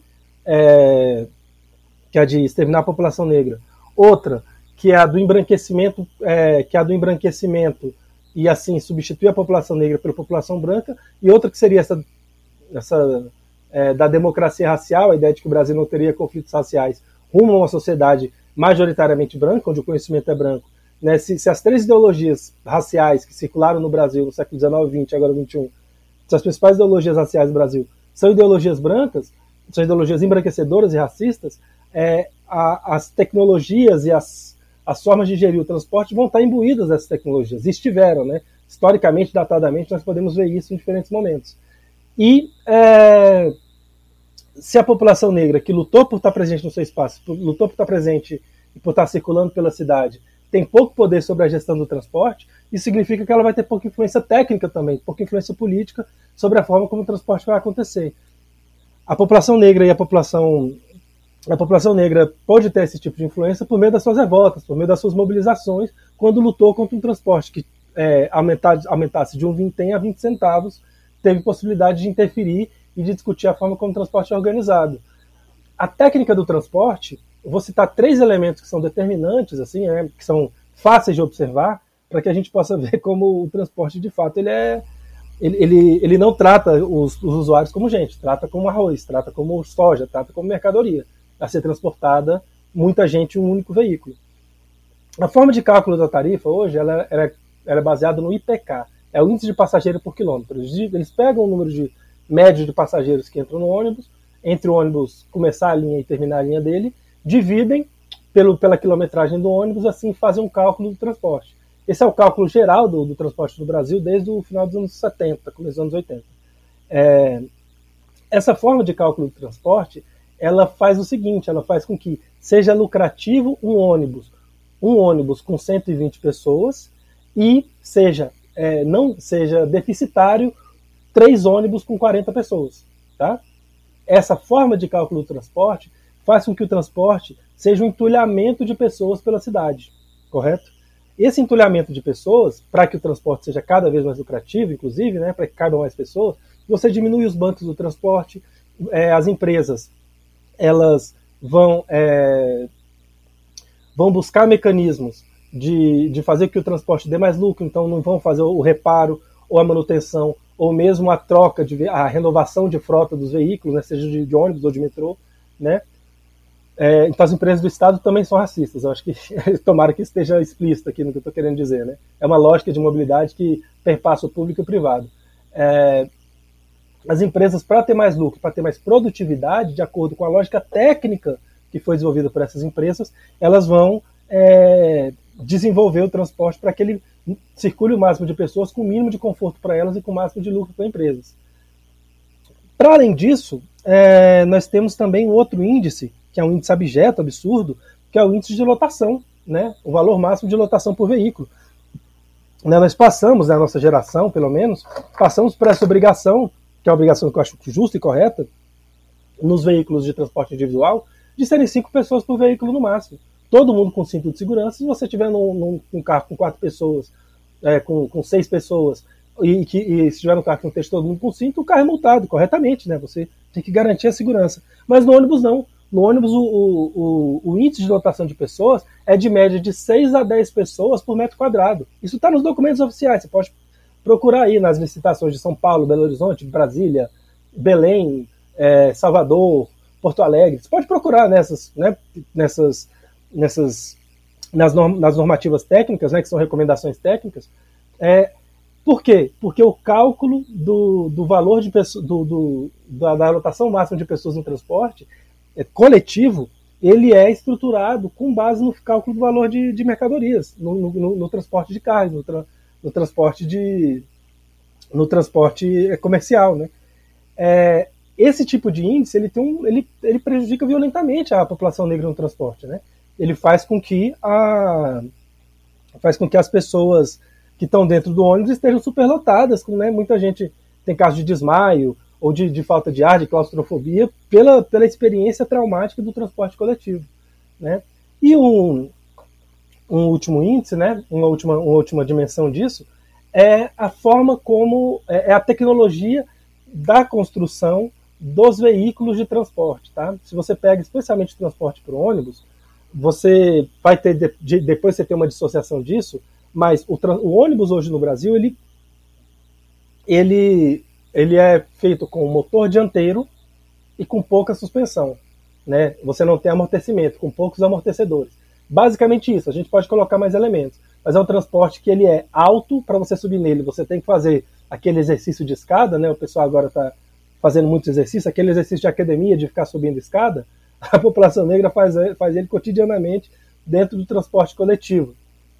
É, que é a de exterminar a população negra. Outra, que é a do embranquecimento, é, que é a do embranquecimento e assim substituir a população negra pela população branca, e outra que seria essa, essa é, da democracia racial, a ideia de que o Brasil não teria conflitos raciais, rumo a uma sociedade majoritariamente branca, onde o conhecimento é branco, né? Se, se as três ideologias raciais que circularam no Brasil no século dezenove, vinte, agora vinte e um, se as principais ideologias raciais do Brasil são ideologias brancas, são ideologias embranquecedoras e racistas, é, a, as tecnologias e as, as formas de gerir o transporte vão estar imbuídas dessas tecnologias, e estiveram, né? Historicamente, datadamente, nós podemos ver isso em diferentes momentos. E é, se a população negra, que lutou por estar presente no seu espaço, lutou por estar presente e por estar circulando pela cidade, tem pouco poder sobre a gestão do transporte, isso significa que ela vai ter pouca influência técnica também, pouca influência política sobre a forma como o transporte vai acontecer. A população negra e a população, a população negra pode ter esse tipo de influência por meio das suas revoltas, por meio das suas mobilizações, quando lutou contra um transporte que é, aumentasse, aumentasse de um vintém a vinte centavos, teve possibilidade de interferir e de discutir a forma como o transporte é organizado. A técnica do transporte, eu vou citar três elementos que são determinantes, assim, né, que são fáceis de observar, para que a gente possa ver como o transporte, de fato, ele, é, ele, ele, ele não trata os, os usuários como gente, trata como arroz, trata como soja, trata como mercadoria, a ser transportada muita gente em um único veículo. A forma de cálculo da tarifa, hoje, ela, ela, ela é baseada no I P K, é o índice de passageiro por quilômetro. Eles pegam o número de médio de passageiros que entram no ônibus, entre o ônibus começar a linha e terminar a linha dele, dividem pelo, pela quilometragem do ônibus, assim fazem um cálculo do transporte. Esse é o cálculo geral do, do transporte no Brasil desde o final dos anos setenta, começo dos anos oitenta. É, essa forma de cálculo do transporte, ela faz o seguinte, ela faz com que seja lucrativo um ônibus, um ônibus com cento e vinte pessoas e seja, é, não seja deficitário três ônibus com quarenta pessoas. Tá? Essa forma de cálculo do transporte faz com que o transporte seja um entulhamento de pessoas pela cidade, correto? Esse entulhamento de pessoas, para que o transporte seja cada vez mais lucrativo, inclusive, né, para que caibam mais pessoas, você diminui os bancos do transporte, é, as empresas elas vão, é, vão buscar mecanismos de, de fazer que o transporte dê mais lucro, então não vão fazer o reparo, ou a manutenção, ou mesmo a troca, de, a renovação de frota dos veículos, né, seja de, de ônibus ou de metrô, né? É, então as empresas do Estado também são racistas. Eu acho que tomara que esteja explícito aqui no que eu estou querendo dizer, né? É uma lógica de mobilidade que perpassa o público e o privado. É, as empresas, para ter mais lucro, para ter mais produtividade, de acordo com a lógica técnica que foi desenvolvida por essas empresas, elas vão é, desenvolver o transporte para que ele circule o máximo de pessoas com o mínimo de conforto para elas e com o máximo de lucro para empresas. Para além disso, é, nós temos também um outro índice, que é um índice abjeto, absurdo, que é o índice de lotação, né? O valor máximo de lotação por veículo. Né, nós passamos, na nossa geração, pelo menos, passamos por essa obrigação, que é a obrigação que eu acho justa e correta, nos veículos de transporte individual, de serem cinco pessoas por veículo no máximo. Todo mundo com cinto de segurança. Se você tiver num, num, num carro com quatro pessoas, é, com, com seis pessoas, e, que, e se tiver um carro que não esteja todo mundo com cinto, o carro é multado corretamente, né? Você tem que garantir a segurança. Mas no ônibus não. No ônibus, o, o, o, o índice de lotação de pessoas é de média de seis a dez pessoas por metro quadrado. Isso está nos documentos oficiais. Você pode procurar aí nas licitações de São Paulo, Belo Horizonte, Brasília, Belém, é, Salvador, Porto Alegre. Você pode procurar nessas, né, nessas, nessas nas, norm, nas normativas técnicas, né, que são recomendações técnicas. É, por quê? Porque o cálculo do, do valor de pessoa, do, do, da, da lotação máxima de pessoas no transporte coletivo, ele é estruturado com base no cálculo do valor de, de mercadorias, no, no, no transporte de carros, no, tra, no transporte de no transporte comercial, né? É, esse tipo de índice ele, tem um, ele, ele prejudica violentamente a população negra no transporte, né? Ele faz com que a faz com que as pessoas que estão dentro do ônibus estejam superlotadas, com, né, muita gente tem casos de desmaio ou de, de falta de ar, de claustrofobia, pela, pela experiência traumática do transporte coletivo, né? E um, um último índice, né, uma, última, uma última dimensão disso, é a forma como, é, é a tecnologia da construção dos veículos de transporte, tá? Se você pega especialmente o transporte por ônibus, você vai ter, de, de, depois você tem uma dissociação disso, mas o, o ônibus hoje no Brasil, ele, ele ele é feito com motor dianteiro e com pouca suspensão, né? Você não tem amortecimento, com poucos amortecedores. Basicamente isso, a gente pode colocar mais elementos, mas é um transporte que ele é alto. Para você subir nele, você tem que fazer aquele exercício de escada, né? O pessoal agora está fazendo muito exercício, aquele exercício de academia, de ficar subindo escada, a população negra faz, faz ele cotidianamente dentro do transporte coletivo.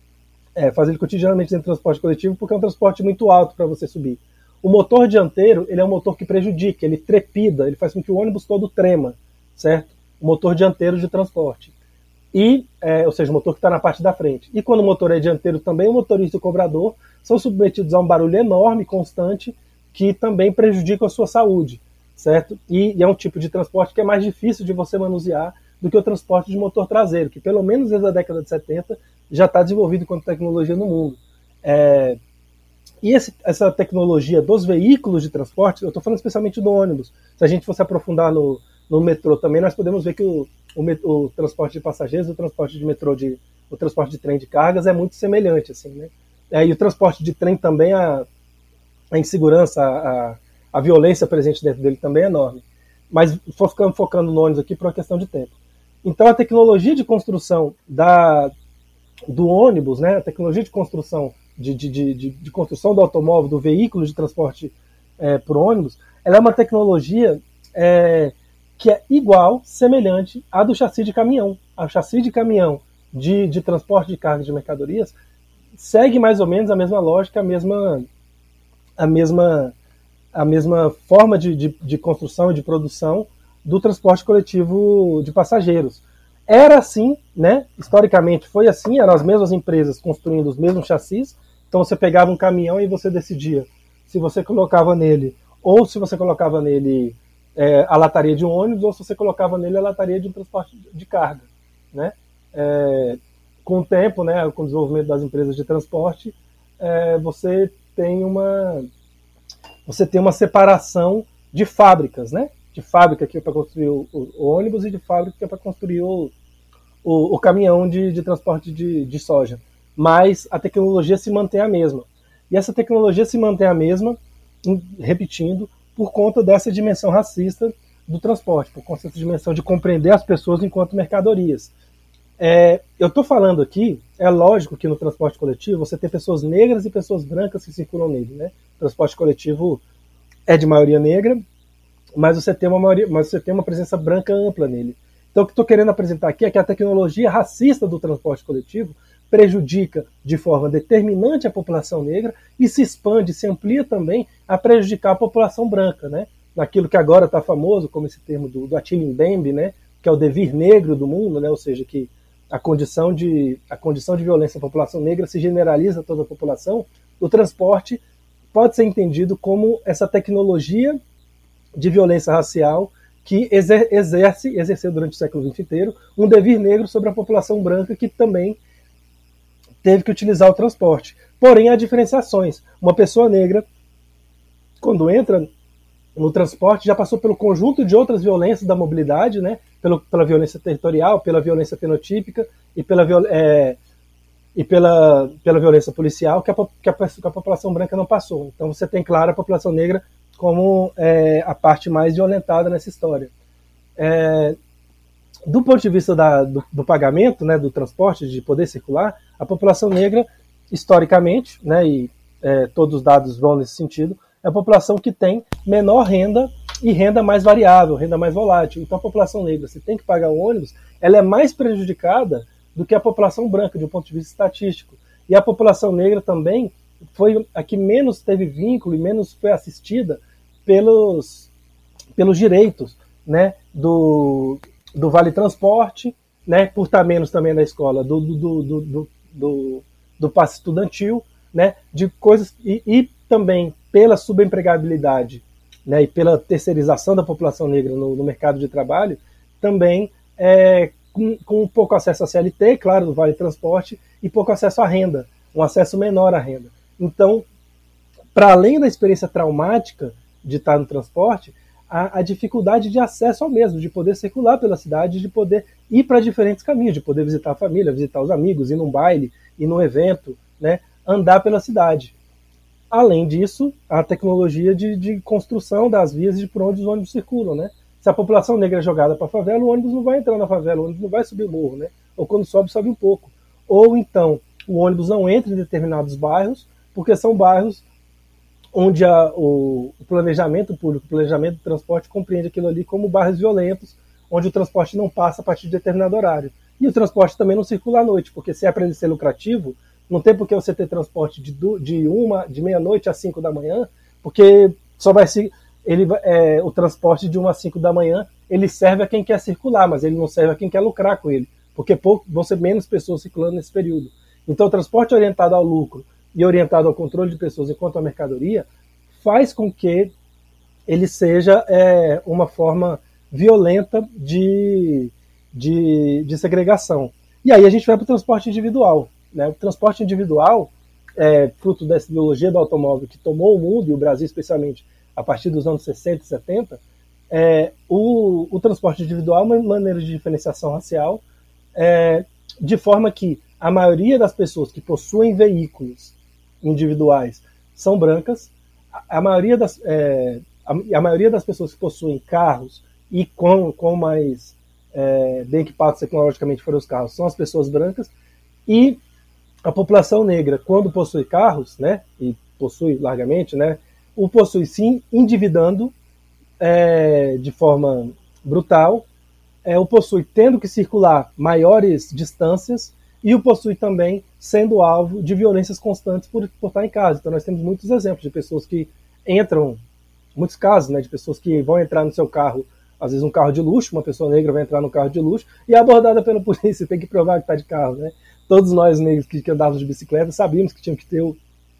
É, faz ele cotidianamente dentro do transporte coletivo porque é um transporte muito alto para você subir. O motor dianteiro, ele é um motor que prejudica, ele trepida, ele faz com que o ônibus todo trema, certo? O motor dianteiro de transporte. E, é, ou seja, o motor que está na parte da frente. E quando o motor é dianteiro também, o motorista e o cobrador são submetidos a um barulho enorme, constante, que também prejudica a sua saúde, certo? E, e é um tipo de transporte que é mais difícil de você manusear do que o transporte de motor traseiro, que pelo menos desde a década de setenta já está desenvolvido como tecnologia no mundo. É... E esse, essa tecnologia dos veículos de transporte, eu estou falando especialmente do ônibus. Se a gente fosse aprofundar no, no metrô também, nós podemos ver que o, o, o transporte de passageiros, o transporte de metrô, de, o transporte de trem de cargas é muito semelhante, assim, né? É, e o transporte de trem também, a, a insegurança, a, a violência presente dentro dele também é enorme. Mas focando, focando no ônibus aqui por uma questão de tempo. Então a tecnologia de construção da, do ônibus, né, a tecnologia de construção De, de, de, de construção do automóvel, do veículo de transporte é, por ônibus, ela é uma tecnologia é, que é igual, semelhante à do chassi de caminhão. A chassi de caminhão de, de transporte de carga de mercadorias segue mais ou menos a mesma lógica, a mesma, a mesma, a mesma forma de, de, de construção e de produção do transporte coletivo de passageiros. Era assim, né? Historicamente foi assim, eram as mesmas empresas construindo os mesmos chassis. Então você pegava um caminhão e você decidia se você colocava nele, ou se você colocava nele é, a lataria de um ônibus, ou se você colocava nele a lataria de um transporte de carga, né? É, com o tempo, né, com o desenvolvimento das empresas de transporte, é, você tem uma você tem uma separação de fábricas, né? De fábrica que é para construir o, o, o ônibus e de fábrica que é para construir o, o, o caminhão de, de transporte de, de soja. Mas a tecnologia se mantém a mesma. E essa tecnologia se mantém a mesma repetindo, por conta dessa dimensão racista do transporte, por conta dessa dimensão de compreender as pessoas enquanto mercadorias. É, eu estou falando aqui, é lógico que no transporte coletivo você tem pessoas negras e pessoas brancas que circulam nele, né? O transporte coletivo é de maioria negra, mas você tem uma, maioria, mas você tem uma presença branca ampla nele. Então o que estou querendo apresentar aqui é que a tecnologia racista do transporte coletivo prejudica de forma determinante a população negra e se expande, se amplia também a prejudicar a população branca, né? Naquilo que agora está famoso como esse termo do, do Attila Mbembe, né? Que é o devir negro do mundo, né? Ou seja, que a condição, de, a condição de violência da população negra se generaliza a toda a população. O transporte pode ser entendido como essa tecnologia de violência racial que exer, exerce, exerceu durante o século vinte inteiro, um devir negro sobre a população branca que também teve que utilizar o transporte. Porém, há diferenciações. Uma pessoa negra, quando entra no transporte, já passou pelo conjunto de outras violências da mobilidade, né? Pelo, pela violência territorial, pela violência fenotípica e pela, é, e pela, pela violência policial que a, que, a, que a população branca não passou. Então você tem, claro, a população negra como é, a parte mais violentada nessa história. É, do ponto de vista da, do, do pagamento, né, do transporte, de poder circular, a população negra, historicamente, né, e é, todos os dados vão nesse sentido, é a população que tem menor renda e renda mais variável, renda mais volátil. Então a população negra, se tem que pagar o ônibus, ela é mais prejudicada do que a população branca, de um ponto de vista estatístico. E a população negra também foi a que menos teve vínculo e menos foi assistida pelos, pelos direitos, né, do, do Vale Transporte, né, por estar menos também na escola, do, do, do, do, do, do passe estudantil, né, de coisas, e, e também pela subempregabilidade, né, e pela terceirização da população negra no, no mercado de trabalho, também é, com, com pouco acesso a C L T, claro, do Vale Transporte, e pouco acesso à renda, um acesso menor à renda. Então, para além da experiência traumática de estar no transporte, a, a dificuldade de acesso ao mesmo, de poder circular pela cidade, de poder ir para diferentes caminhos, de poder visitar a família, visitar os amigos, ir num baile, ir num evento, né, andar pela cidade. Além disso, a tecnologia de, de construção das vias de por onde os ônibus circulam, né? Se a população negra é jogada para a favela, o ônibus não vai entrar na favela, o ônibus não vai subir o morro, né? Ou quando sobe, sobe um pouco. Ou então, o ônibus não entra em determinados bairros, porque são bairros onde a, o, o planejamento público, o planejamento do transporte compreende aquilo ali como bairros violentos, onde o transporte não passa a partir de determinado horário. E o transporte também não circula à noite, porque se é para ele ser lucrativo, não tem por que você ter transporte de, de, uma, de meia-noite às cinco da manhã, porque só vai ser, ele, é, o transporte de uma às cinco da manhã ele serve a quem quer circular, mas ele não serve a quem quer lucrar com ele, porque pouco, vão ser menos pessoas circulando nesse período. Então o transporte orientado ao lucro e orientado ao controle de pessoas enquanto a mercadoria faz com que ele seja é, uma forma violenta de, de, de segregação. E aí a gente vai para o transporte individual. Né? O transporte individual, é, fruto dessa ideologia do automóvel que tomou o mundo, e o Brasil especialmente, a partir dos anos sessenta e setenta, é, o, o transporte individual é uma maneira de diferenciação racial, é, de forma que a maioria das pessoas que possuem veículos individuais são brancas, a, a, maioria, das, é, a, a maioria das pessoas que possuem carros e com, com mais é, bem equipados tecnologicamente foram os carros, são as pessoas brancas, e a população negra, quando possui carros, né, e possui largamente, né, o possui sim endividando é, de forma brutal, é, o possui tendo que circular maiores distâncias e o possui também sendo alvo de violências constantes por, por estar em casa. Então nós temos muitos exemplos de pessoas que entram, muitos casos, né, de pessoas que vão entrar no seu carro, às vezes um carro de luxo, uma pessoa negra vai entrar no carro de luxo e é abordada pela polícia, tem que provar que está de carro, né? Todos nós negros que, que andávamos de bicicleta sabíamos que tínhamos que ter o,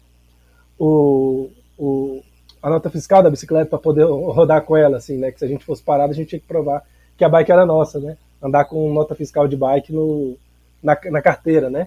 o, o, a nota fiscal da bicicleta para poder rodar com ela, assim, né? Que se a gente fosse parado, a gente tinha que provar que a bike era nossa, né? Andar com nota fiscal de bike no, na, na carteira, né?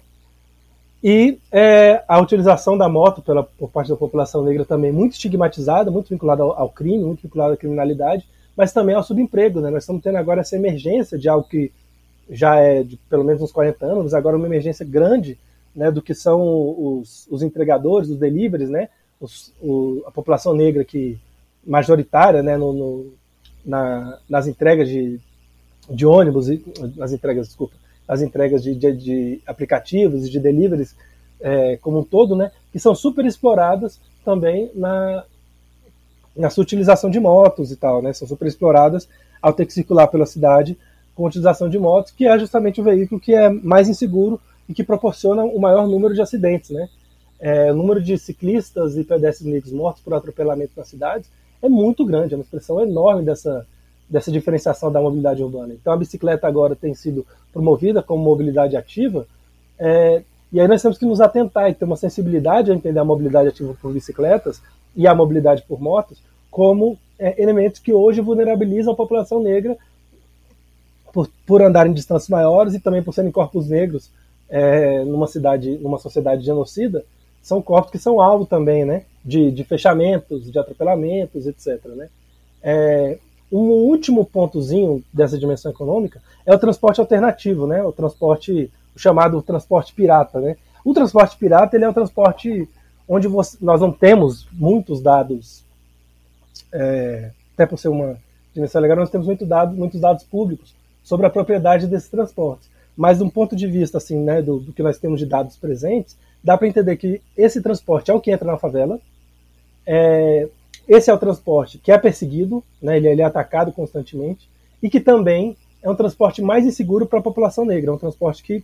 E é, a utilização da moto pela, por parte da população negra também muito estigmatizada, muito vinculada ao, ao crime, muito vinculada à criminalidade, mas também ao subemprego, né? Nós estamos tendo agora essa emergência de algo que já é de pelo menos uns quarenta anos, agora uma emergência grande, né, do que são os, os entregadores, os deliveries, né, os, o, a população negra que majoritária, né, no, no, na, nas entregas de, de ônibus, nas entregas, desculpa, nas entregas de, de, de aplicativos e de deliveries é, como um todo, né, que são super exploradas também na, na sua utilização de motos e tal, né, são super exploradas ao ter que circular pela cidade com a utilização de motos, que é justamente o veículo que é mais inseguro e que proporciona o maior número de acidentes, né. É, o número de ciclistas e pedestres negros mortos por atropelamento nas cidades é muito grande, é uma expressão enorme dessa, dessa diferenciação da mobilidade urbana. Então a bicicleta agora tem sido promovida como mobilidade ativa, é, e aí nós temos que nos atentar e ter uma sensibilidade a entender a mobilidade ativa por bicicletas e a mobilidade por motos como é, elementos que hoje vulnerabilizam a população negra por, por andar em distâncias maiores e também por serem corpos negros é, numa cidade, numa sociedade genocida, são corpos que são alvo também, né, de, de fechamentos, de atropelamentos, etcétera, né. É, um último pontozinho dessa dimensão econômica é o transporte alternativo, né, o transporte, o chamado transporte pirata, né. O transporte pirata, ele é um transporte onde você, nós não temos muitos dados, é, até por ser uma dimensão legal, nós temos muito dado, muitos dados públicos sobre a propriedade desses transportes. Mas, de um ponto de vista assim, né, do, do que nós temos de dados presentes, dá para entender que esse transporte é o que entra na favela, é, esse é o transporte que é perseguido, né, ele, ele é atacado constantemente, e que também é um transporte mais inseguro para a população negra, é um transporte que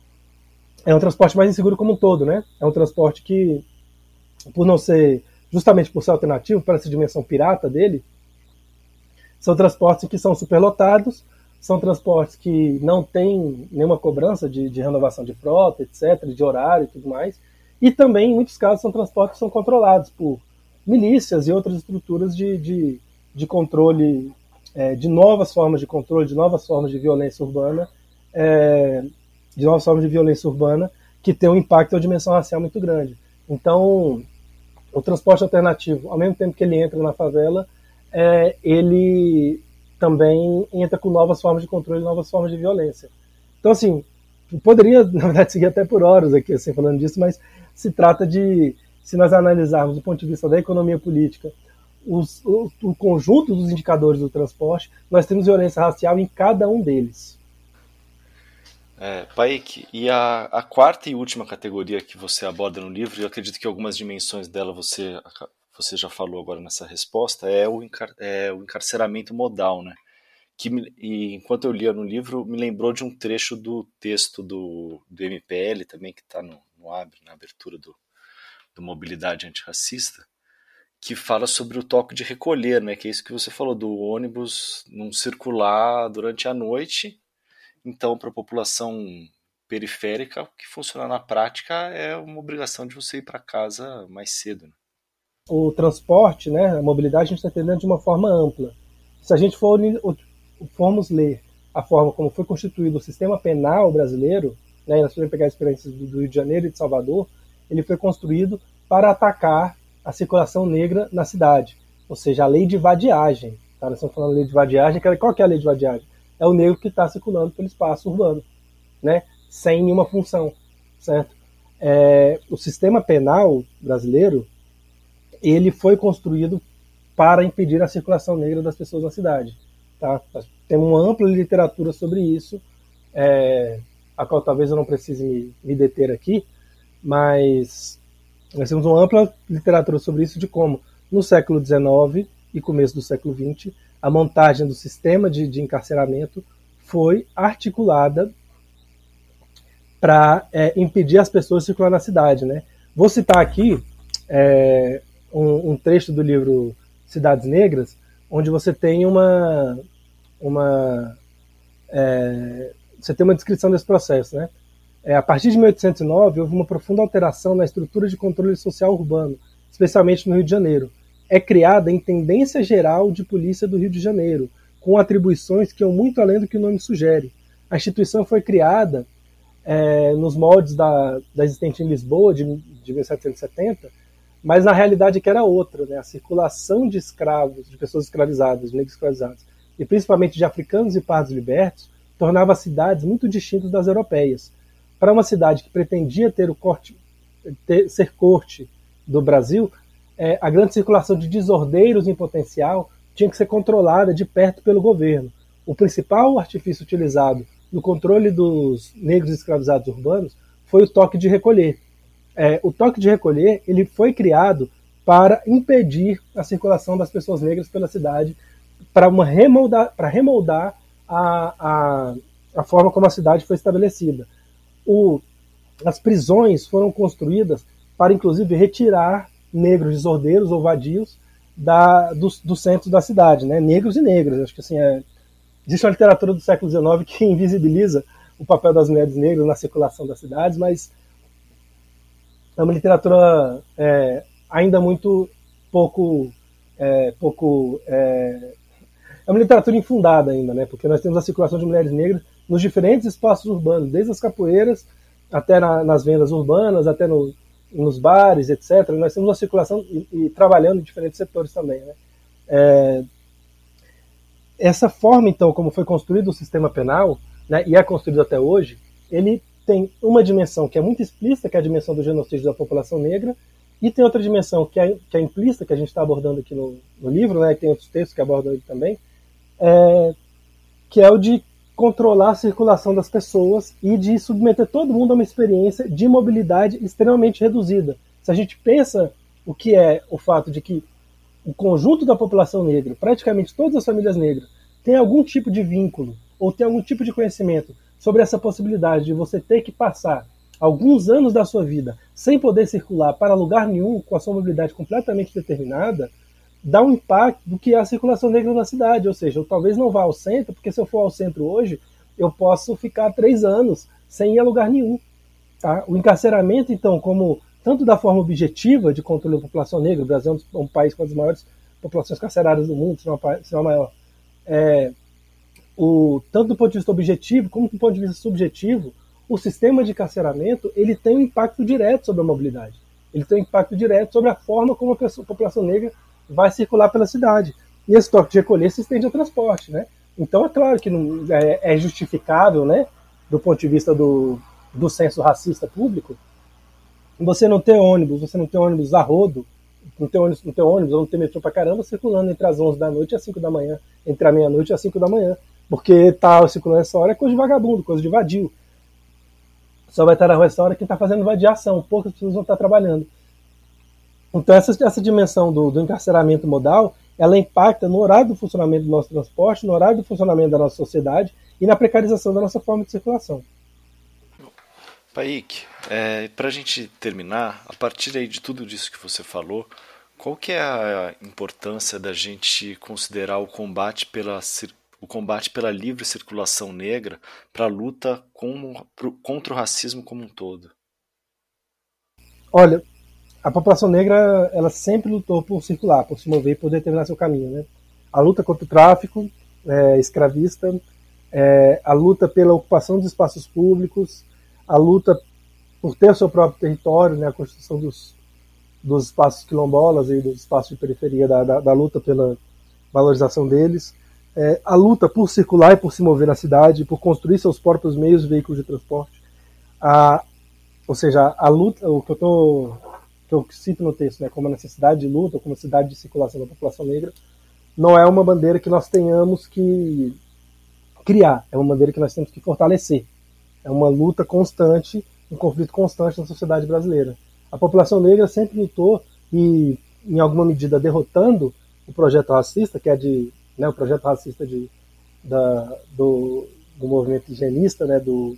é um transporte mais inseguro como um todo, né? É um transporte que, por não ser, justamente por ser alternativo, para essa dimensão pirata dele, são transportes que são superlotados, são transportes que não têm nenhuma cobrança de, de renovação de frota, etcétera, de horário e tudo mais. E também, em muitos casos, são transportes que são controlados por milícias e outras estruturas de, de, de controle, é, de novas formas de controle, de novas formas de violência urbana, é, de novas formas de violência urbana que tem um impacto ou dimensão racial muito grande. Então, o transporte alternativo, ao mesmo tempo que ele entra na favela, é, ele também entra com novas formas de controle, novas formas de violência. Então, assim, eu poderia, na verdade, seguir até por horas aqui, assim, falando disso, mas se trata de, se nós analisarmos do ponto de vista da economia política, os, o, o conjunto dos indicadores do transporte, nós temos violência racial em cada um deles. É, Paik, e a, a quarta e última categoria que você aborda no livro, e eu acredito que algumas dimensões dela você... você já falou agora nessa resposta, é o, encar é o encarceramento modal, né? Que, me, e enquanto eu lia no livro, me lembrou de um trecho do texto do, do M P L, também, que está no, no Abre, na abertura do, do Mobilidade Antirracista, que fala sobre o toque de recolher, né? Que é isso que você falou, do ônibus não circular durante a noite. Então, para a população periférica, o que funciona na prática é uma obrigação de você ir para casa mais cedo, né? O transporte, né, a mobilidade, a gente está entendendo de uma forma ampla. Se a gente for formos ler a forma como foi constituído o sistema penal brasileiro, né, nós podemos pegar experiências do Rio de Janeiro e de Salvador, ele foi construído para atacar a circulação negra na cidade, ou seja, a lei de vadiagem. Tá? Nós estamos falando de lei de vadiagem, qual que é a lei de vadiagem? É o negro que está circulando pelo espaço urbano, né, sem nenhuma função, certo? É, o sistema penal brasileiro, ele foi construído para impedir a circulação negra das pessoas na cidade. Tá? Tem uma ampla literatura sobre isso, é, a qual talvez eu não precise me, me deter aqui, mas nós temos uma ampla literatura sobre isso, de como, no século dezenove e começo do século vinte, a montagem do sistema de, de encarceramento foi articulada para é, impedir as pessoas de circular na cidade. Né? Vou citar aqui é, Um, um trecho do livro Cidades Negras, onde você tem uma, uma é, você tem uma descrição desse processo, né? É, a partir de mil oitocentos e nove houve uma profunda alteração na estrutura de controle social urbano, especialmente no Rio de Janeiro. É criada a Intendência Geral de Polícia do Rio de Janeiro, com atribuições que vão muito além do que o nome sugere. A instituição foi criada é, nos moldes da, da existente em Lisboa, de, de mil setecentos e setenta, mas na realidade que era outra, né? A circulação de escravos, de pessoas escravizadas, negros escravizados, e principalmente de africanos e pardos libertos, tornava as cidades muito distintas das europeias. Para uma cidade que pretendia ter o corte, ter, ser corte do Brasil, é, a grande circulação de desordeiros em potencial tinha que ser controlada de perto pelo governo. O principal artifício utilizado no controle dos negros escravizados urbanos foi o toque de recolher. É, o toque de recolher ele foi criado para impedir a circulação das pessoas negras pela cidade, para remoldar, para remoldar a, a, a forma como a cidade foi estabelecida. O, as prisões foram construídas para, inclusive, retirar negros desordeiros ou vadios da, do, do centro da cidade, né? Negros e negras. Acho que assim, é, existe uma literatura do século dezenove que invisibiliza o papel das mulheres negras na circulação das cidades, mas é uma literatura é, ainda muito pouco... É, pouco é, é uma literatura infundada ainda, né? Porque nós temos a circulação de mulheres negras nos diferentes espaços urbanos, desde as capoeiras até na, nas vendas urbanas, até no, nos bares, etcétera. Nós temos uma circulação e, e trabalhando em diferentes setores também, né? É, essa forma, então, como foi construído o sistema penal, né, e é construído até hoje, ele tem uma dimensão que é muito explícita, que é a dimensão do genocídio da população negra, e tem outra dimensão que é, que é implícita, que a gente está abordando aqui no, no livro, né, e tem outros textos que abordam ele também, é, que é o de controlar a circulação das pessoas e de submeter todo mundo a uma experiência de mobilidade extremamente reduzida. Se a gente pensa o que é o fato de que o conjunto da população negra, praticamente todas as famílias negras, tem algum tipo de vínculo ou tem algum tipo de conhecimento sobre essa possibilidade de você ter que passar alguns anos da sua vida sem poder circular para lugar nenhum, com a sua mobilidade completamente determinada, dá um impacto do que é a circulação negra na cidade. Ou seja, eu talvez não vá ao centro, porque se eu for ao centro hoje, eu posso ficar três anos sem ir a lugar nenhum. Tá? O encarceramento, então, como tanto da forma objetiva de controle da população negra, o Brasil é um país com as maiores populações carcerárias do mundo, se não a maior, é, o, tanto do ponto de vista objetivo como do ponto de vista subjetivo, o sistema de encarceramento ele tem um impacto direto sobre a mobilidade. Ele tem um impacto direto sobre a forma como a, pessoa, a população negra vai circular pela cidade. E esse toque de recolher se estende ao transporte, né? Então é claro que não, é, é justificável, né, do ponto de vista do, do senso racista público, você não ter ônibus, você não ter ônibus a rodo, não ter ônibus, não ter ônibus ou não ter metrô pra caramba circulando entre as onze da noite e as cinco da manhã, entre a meia-noite e as cinco da manhã, porque tá circulando essa hora é coisa de vagabundo, coisa de vadio. Só vai estar na rua essa hora quem está fazendo vadiação, poucas pessoas vão estar trabalhando. Então essa, essa dimensão do, do encarceramento modal, ela impacta no horário do funcionamento do nosso transporte, no horário do funcionamento da nossa sociedade e na precarização da nossa forma de circulação. Paik, é, para a gente terminar, a partir aí de tudo isso que você falou, qual que é a importância da gente considerar o combate pela, o combate pela livre circulação negra para a luta com, contra o racismo como um todo? Olha, a população negra ela sempre lutou por circular, por se mover, por determinar seu caminho, né? A luta contra o tráfico é, escravista, é, a luta pela ocupação dos espaços públicos, a luta por ter o seu próprio território, né? A construção dos, dos espaços quilombolas e dos espaços de periferia, da, da, da luta pela valorização deles, é, a luta por circular e por se mover na cidade, por construir seus próprios meios e veículos de transporte, a, ou seja, a luta, o que eu tô que eu cito no texto, né, como a necessidade de luta, como a necessidade de circulação da população negra, não é uma bandeira que nós tenhamos que criar, é uma bandeira que nós temos que fortalecer. É uma luta constante, um conflito constante na sociedade brasileira. A população negra sempre lutou e, em alguma medida, derrotando o projeto racista, que é de, né, o projeto racista de, da, do, do movimento higienista, né, do...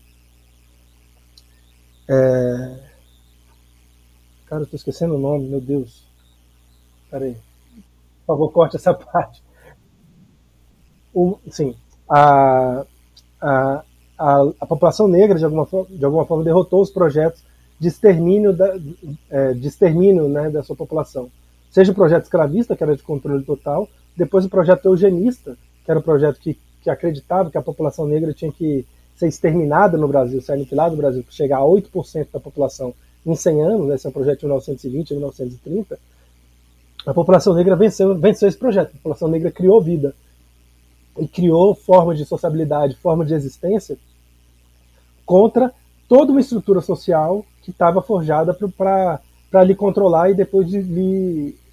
É, Cara, eu tô esquecendo o nome, meu Deus. Pera aí. Por favor, corte essa parte. O, sim, a, a, a, a população negra, de alguma, forma, de alguma forma, derrotou os projetos de extermínio, da, é, de extermínio né, da sua população. Seja o projeto escravista, que era de controle total, depois o projeto eugenista, que era o projeto que, que acreditava que a população negra tinha que ser exterminada no Brasil, ser aniquilada no Brasil, que chegar a oito por cento da população em cem anos, né, esse é um projeto de mil novecentos e vinte a mil novecentos e trinta, a população negra venceu, venceu esse projeto. A população negra criou vida e criou formas de sociabilidade, forma de existência contra toda uma estrutura social que estava forjada para lhe controlar e depois de lhe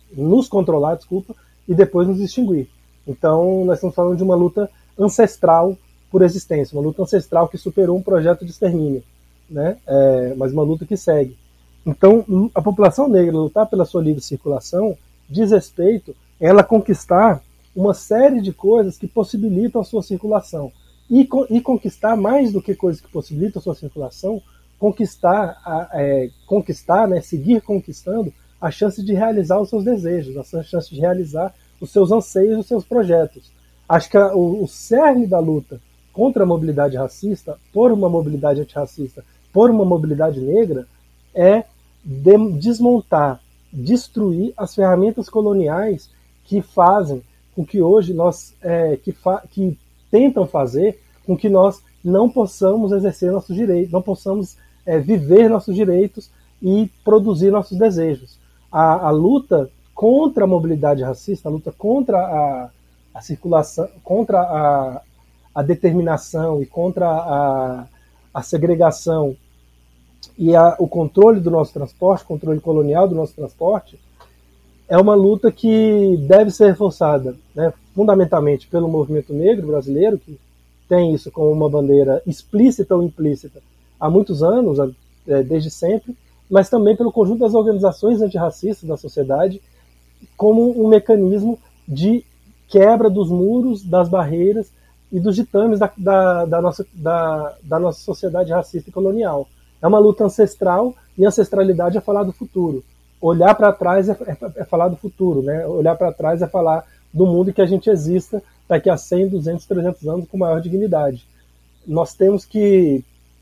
nos controlar, desculpa, e depois nos extinguir. Então, nós estamos falando de uma luta ancestral por existência, uma luta ancestral que superou um projeto de extermínio, né? É, mas uma luta que segue. Então, a população negra lutar pela sua livre circulação diz respeito a ela conquistar uma série de coisas que possibilitam a sua circulação. E, e conquistar, mais do que coisas que possibilitam a sua circulação, conquistar, é, conquistar né, seguir conquistando a chance de realizar os seus desejos, a chance de realizar os seus anseios, os seus projetos. Acho que a, o, o cerne da luta contra a mobilidade racista, por uma mobilidade antirracista, por uma mobilidade negra, é de, desmontar, destruir as ferramentas coloniais que fazem com que hoje nós, é, que, fa, que tentam fazer com que nós não possamos exercer nossos direitos, não possamos é, viver nossos direitos e produzir nossos desejos. A, a luta contra a mobilidade racista, a luta contra a, a circulação, contra a, a determinação e contra a, a segregação e a, o controle do nosso transporte, controle colonial do nosso transporte, é uma luta que deve ser reforçada, né, fundamentalmente pelo movimento negro brasileiro, que tem isso como uma bandeira explícita ou implícita há muitos anos, desde sempre, mas também pelo conjunto das organizações antirracistas da sociedade, como um mecanismo de quebra dos muros, das barreiras e dos ditames da, da, da, nossa, da, da nossa sociedade racista e colonial. É uma luta ancestral, e ancestralidade é falar do futuro. Olhar para trás é, é, é falar do futuro, né? Olhar para trás é falar do mundo que a gente exista daqui a cem, duzentos, trezentos anos com maior dignidade. Nós temos que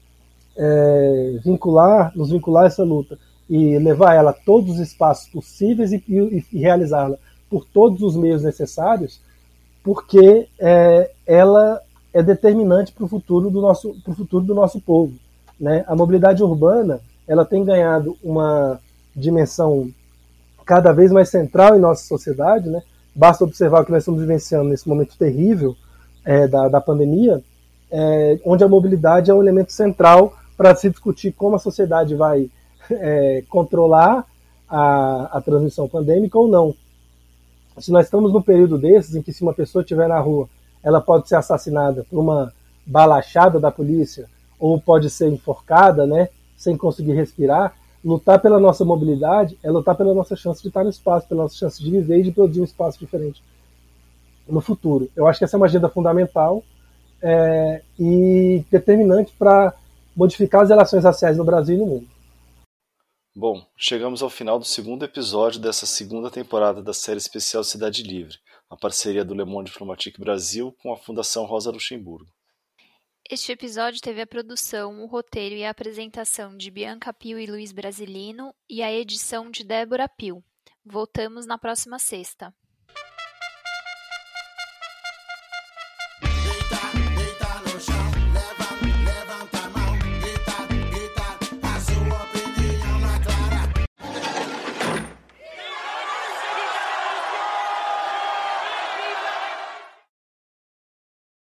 é, vincular, nos vincular a essa luta e levar ela a todos os espaços possíveis e, e, e realizá-la por todos os meios necessários, porque é, ela é determinante para o futuro do nosso, pro futuro do nosso povo, né? A mobilidade urbana, ela tem ganhado uma dimensão cada vez mais central em nossa sociedade, né? Basta observar o que nós estamos vivenciando nesse momento terrível é, da, da pandemia, é, onde a mobilidade é um elemento central para se discutir como a sociedade vai é, controlar a, a transmissão pandêmica ou não. Se nós estamos num período desses, em que se uma pessoa estiver na rua, ela pode ser assassinada por uma balachada da polícia, ou pode ser enforcada, né, sem conseguir respirar, lutar pela nossa mobilidade é lutar pela nossa chance de estar no espaço, pela nossa chance de viver e de produzir um espaço diferente no futuro. Eu acho que essa é uma agenda fundamental é, e determinante para modificar as relações raciais no Brasil e no mundo. Bom, chegamos ao final do segundo episódio dessa segunda temporada da série especial Cidade Livre, a parceria do Le Monde Diplomatique Brasil com a Fundação Rosa Luxemburgo. Este episódio teve a produção, o roteiro e a apresentação de Bianca Pio e Luiz Brasilino e a edição de Débora Pio. Voltamos na próxima sexta.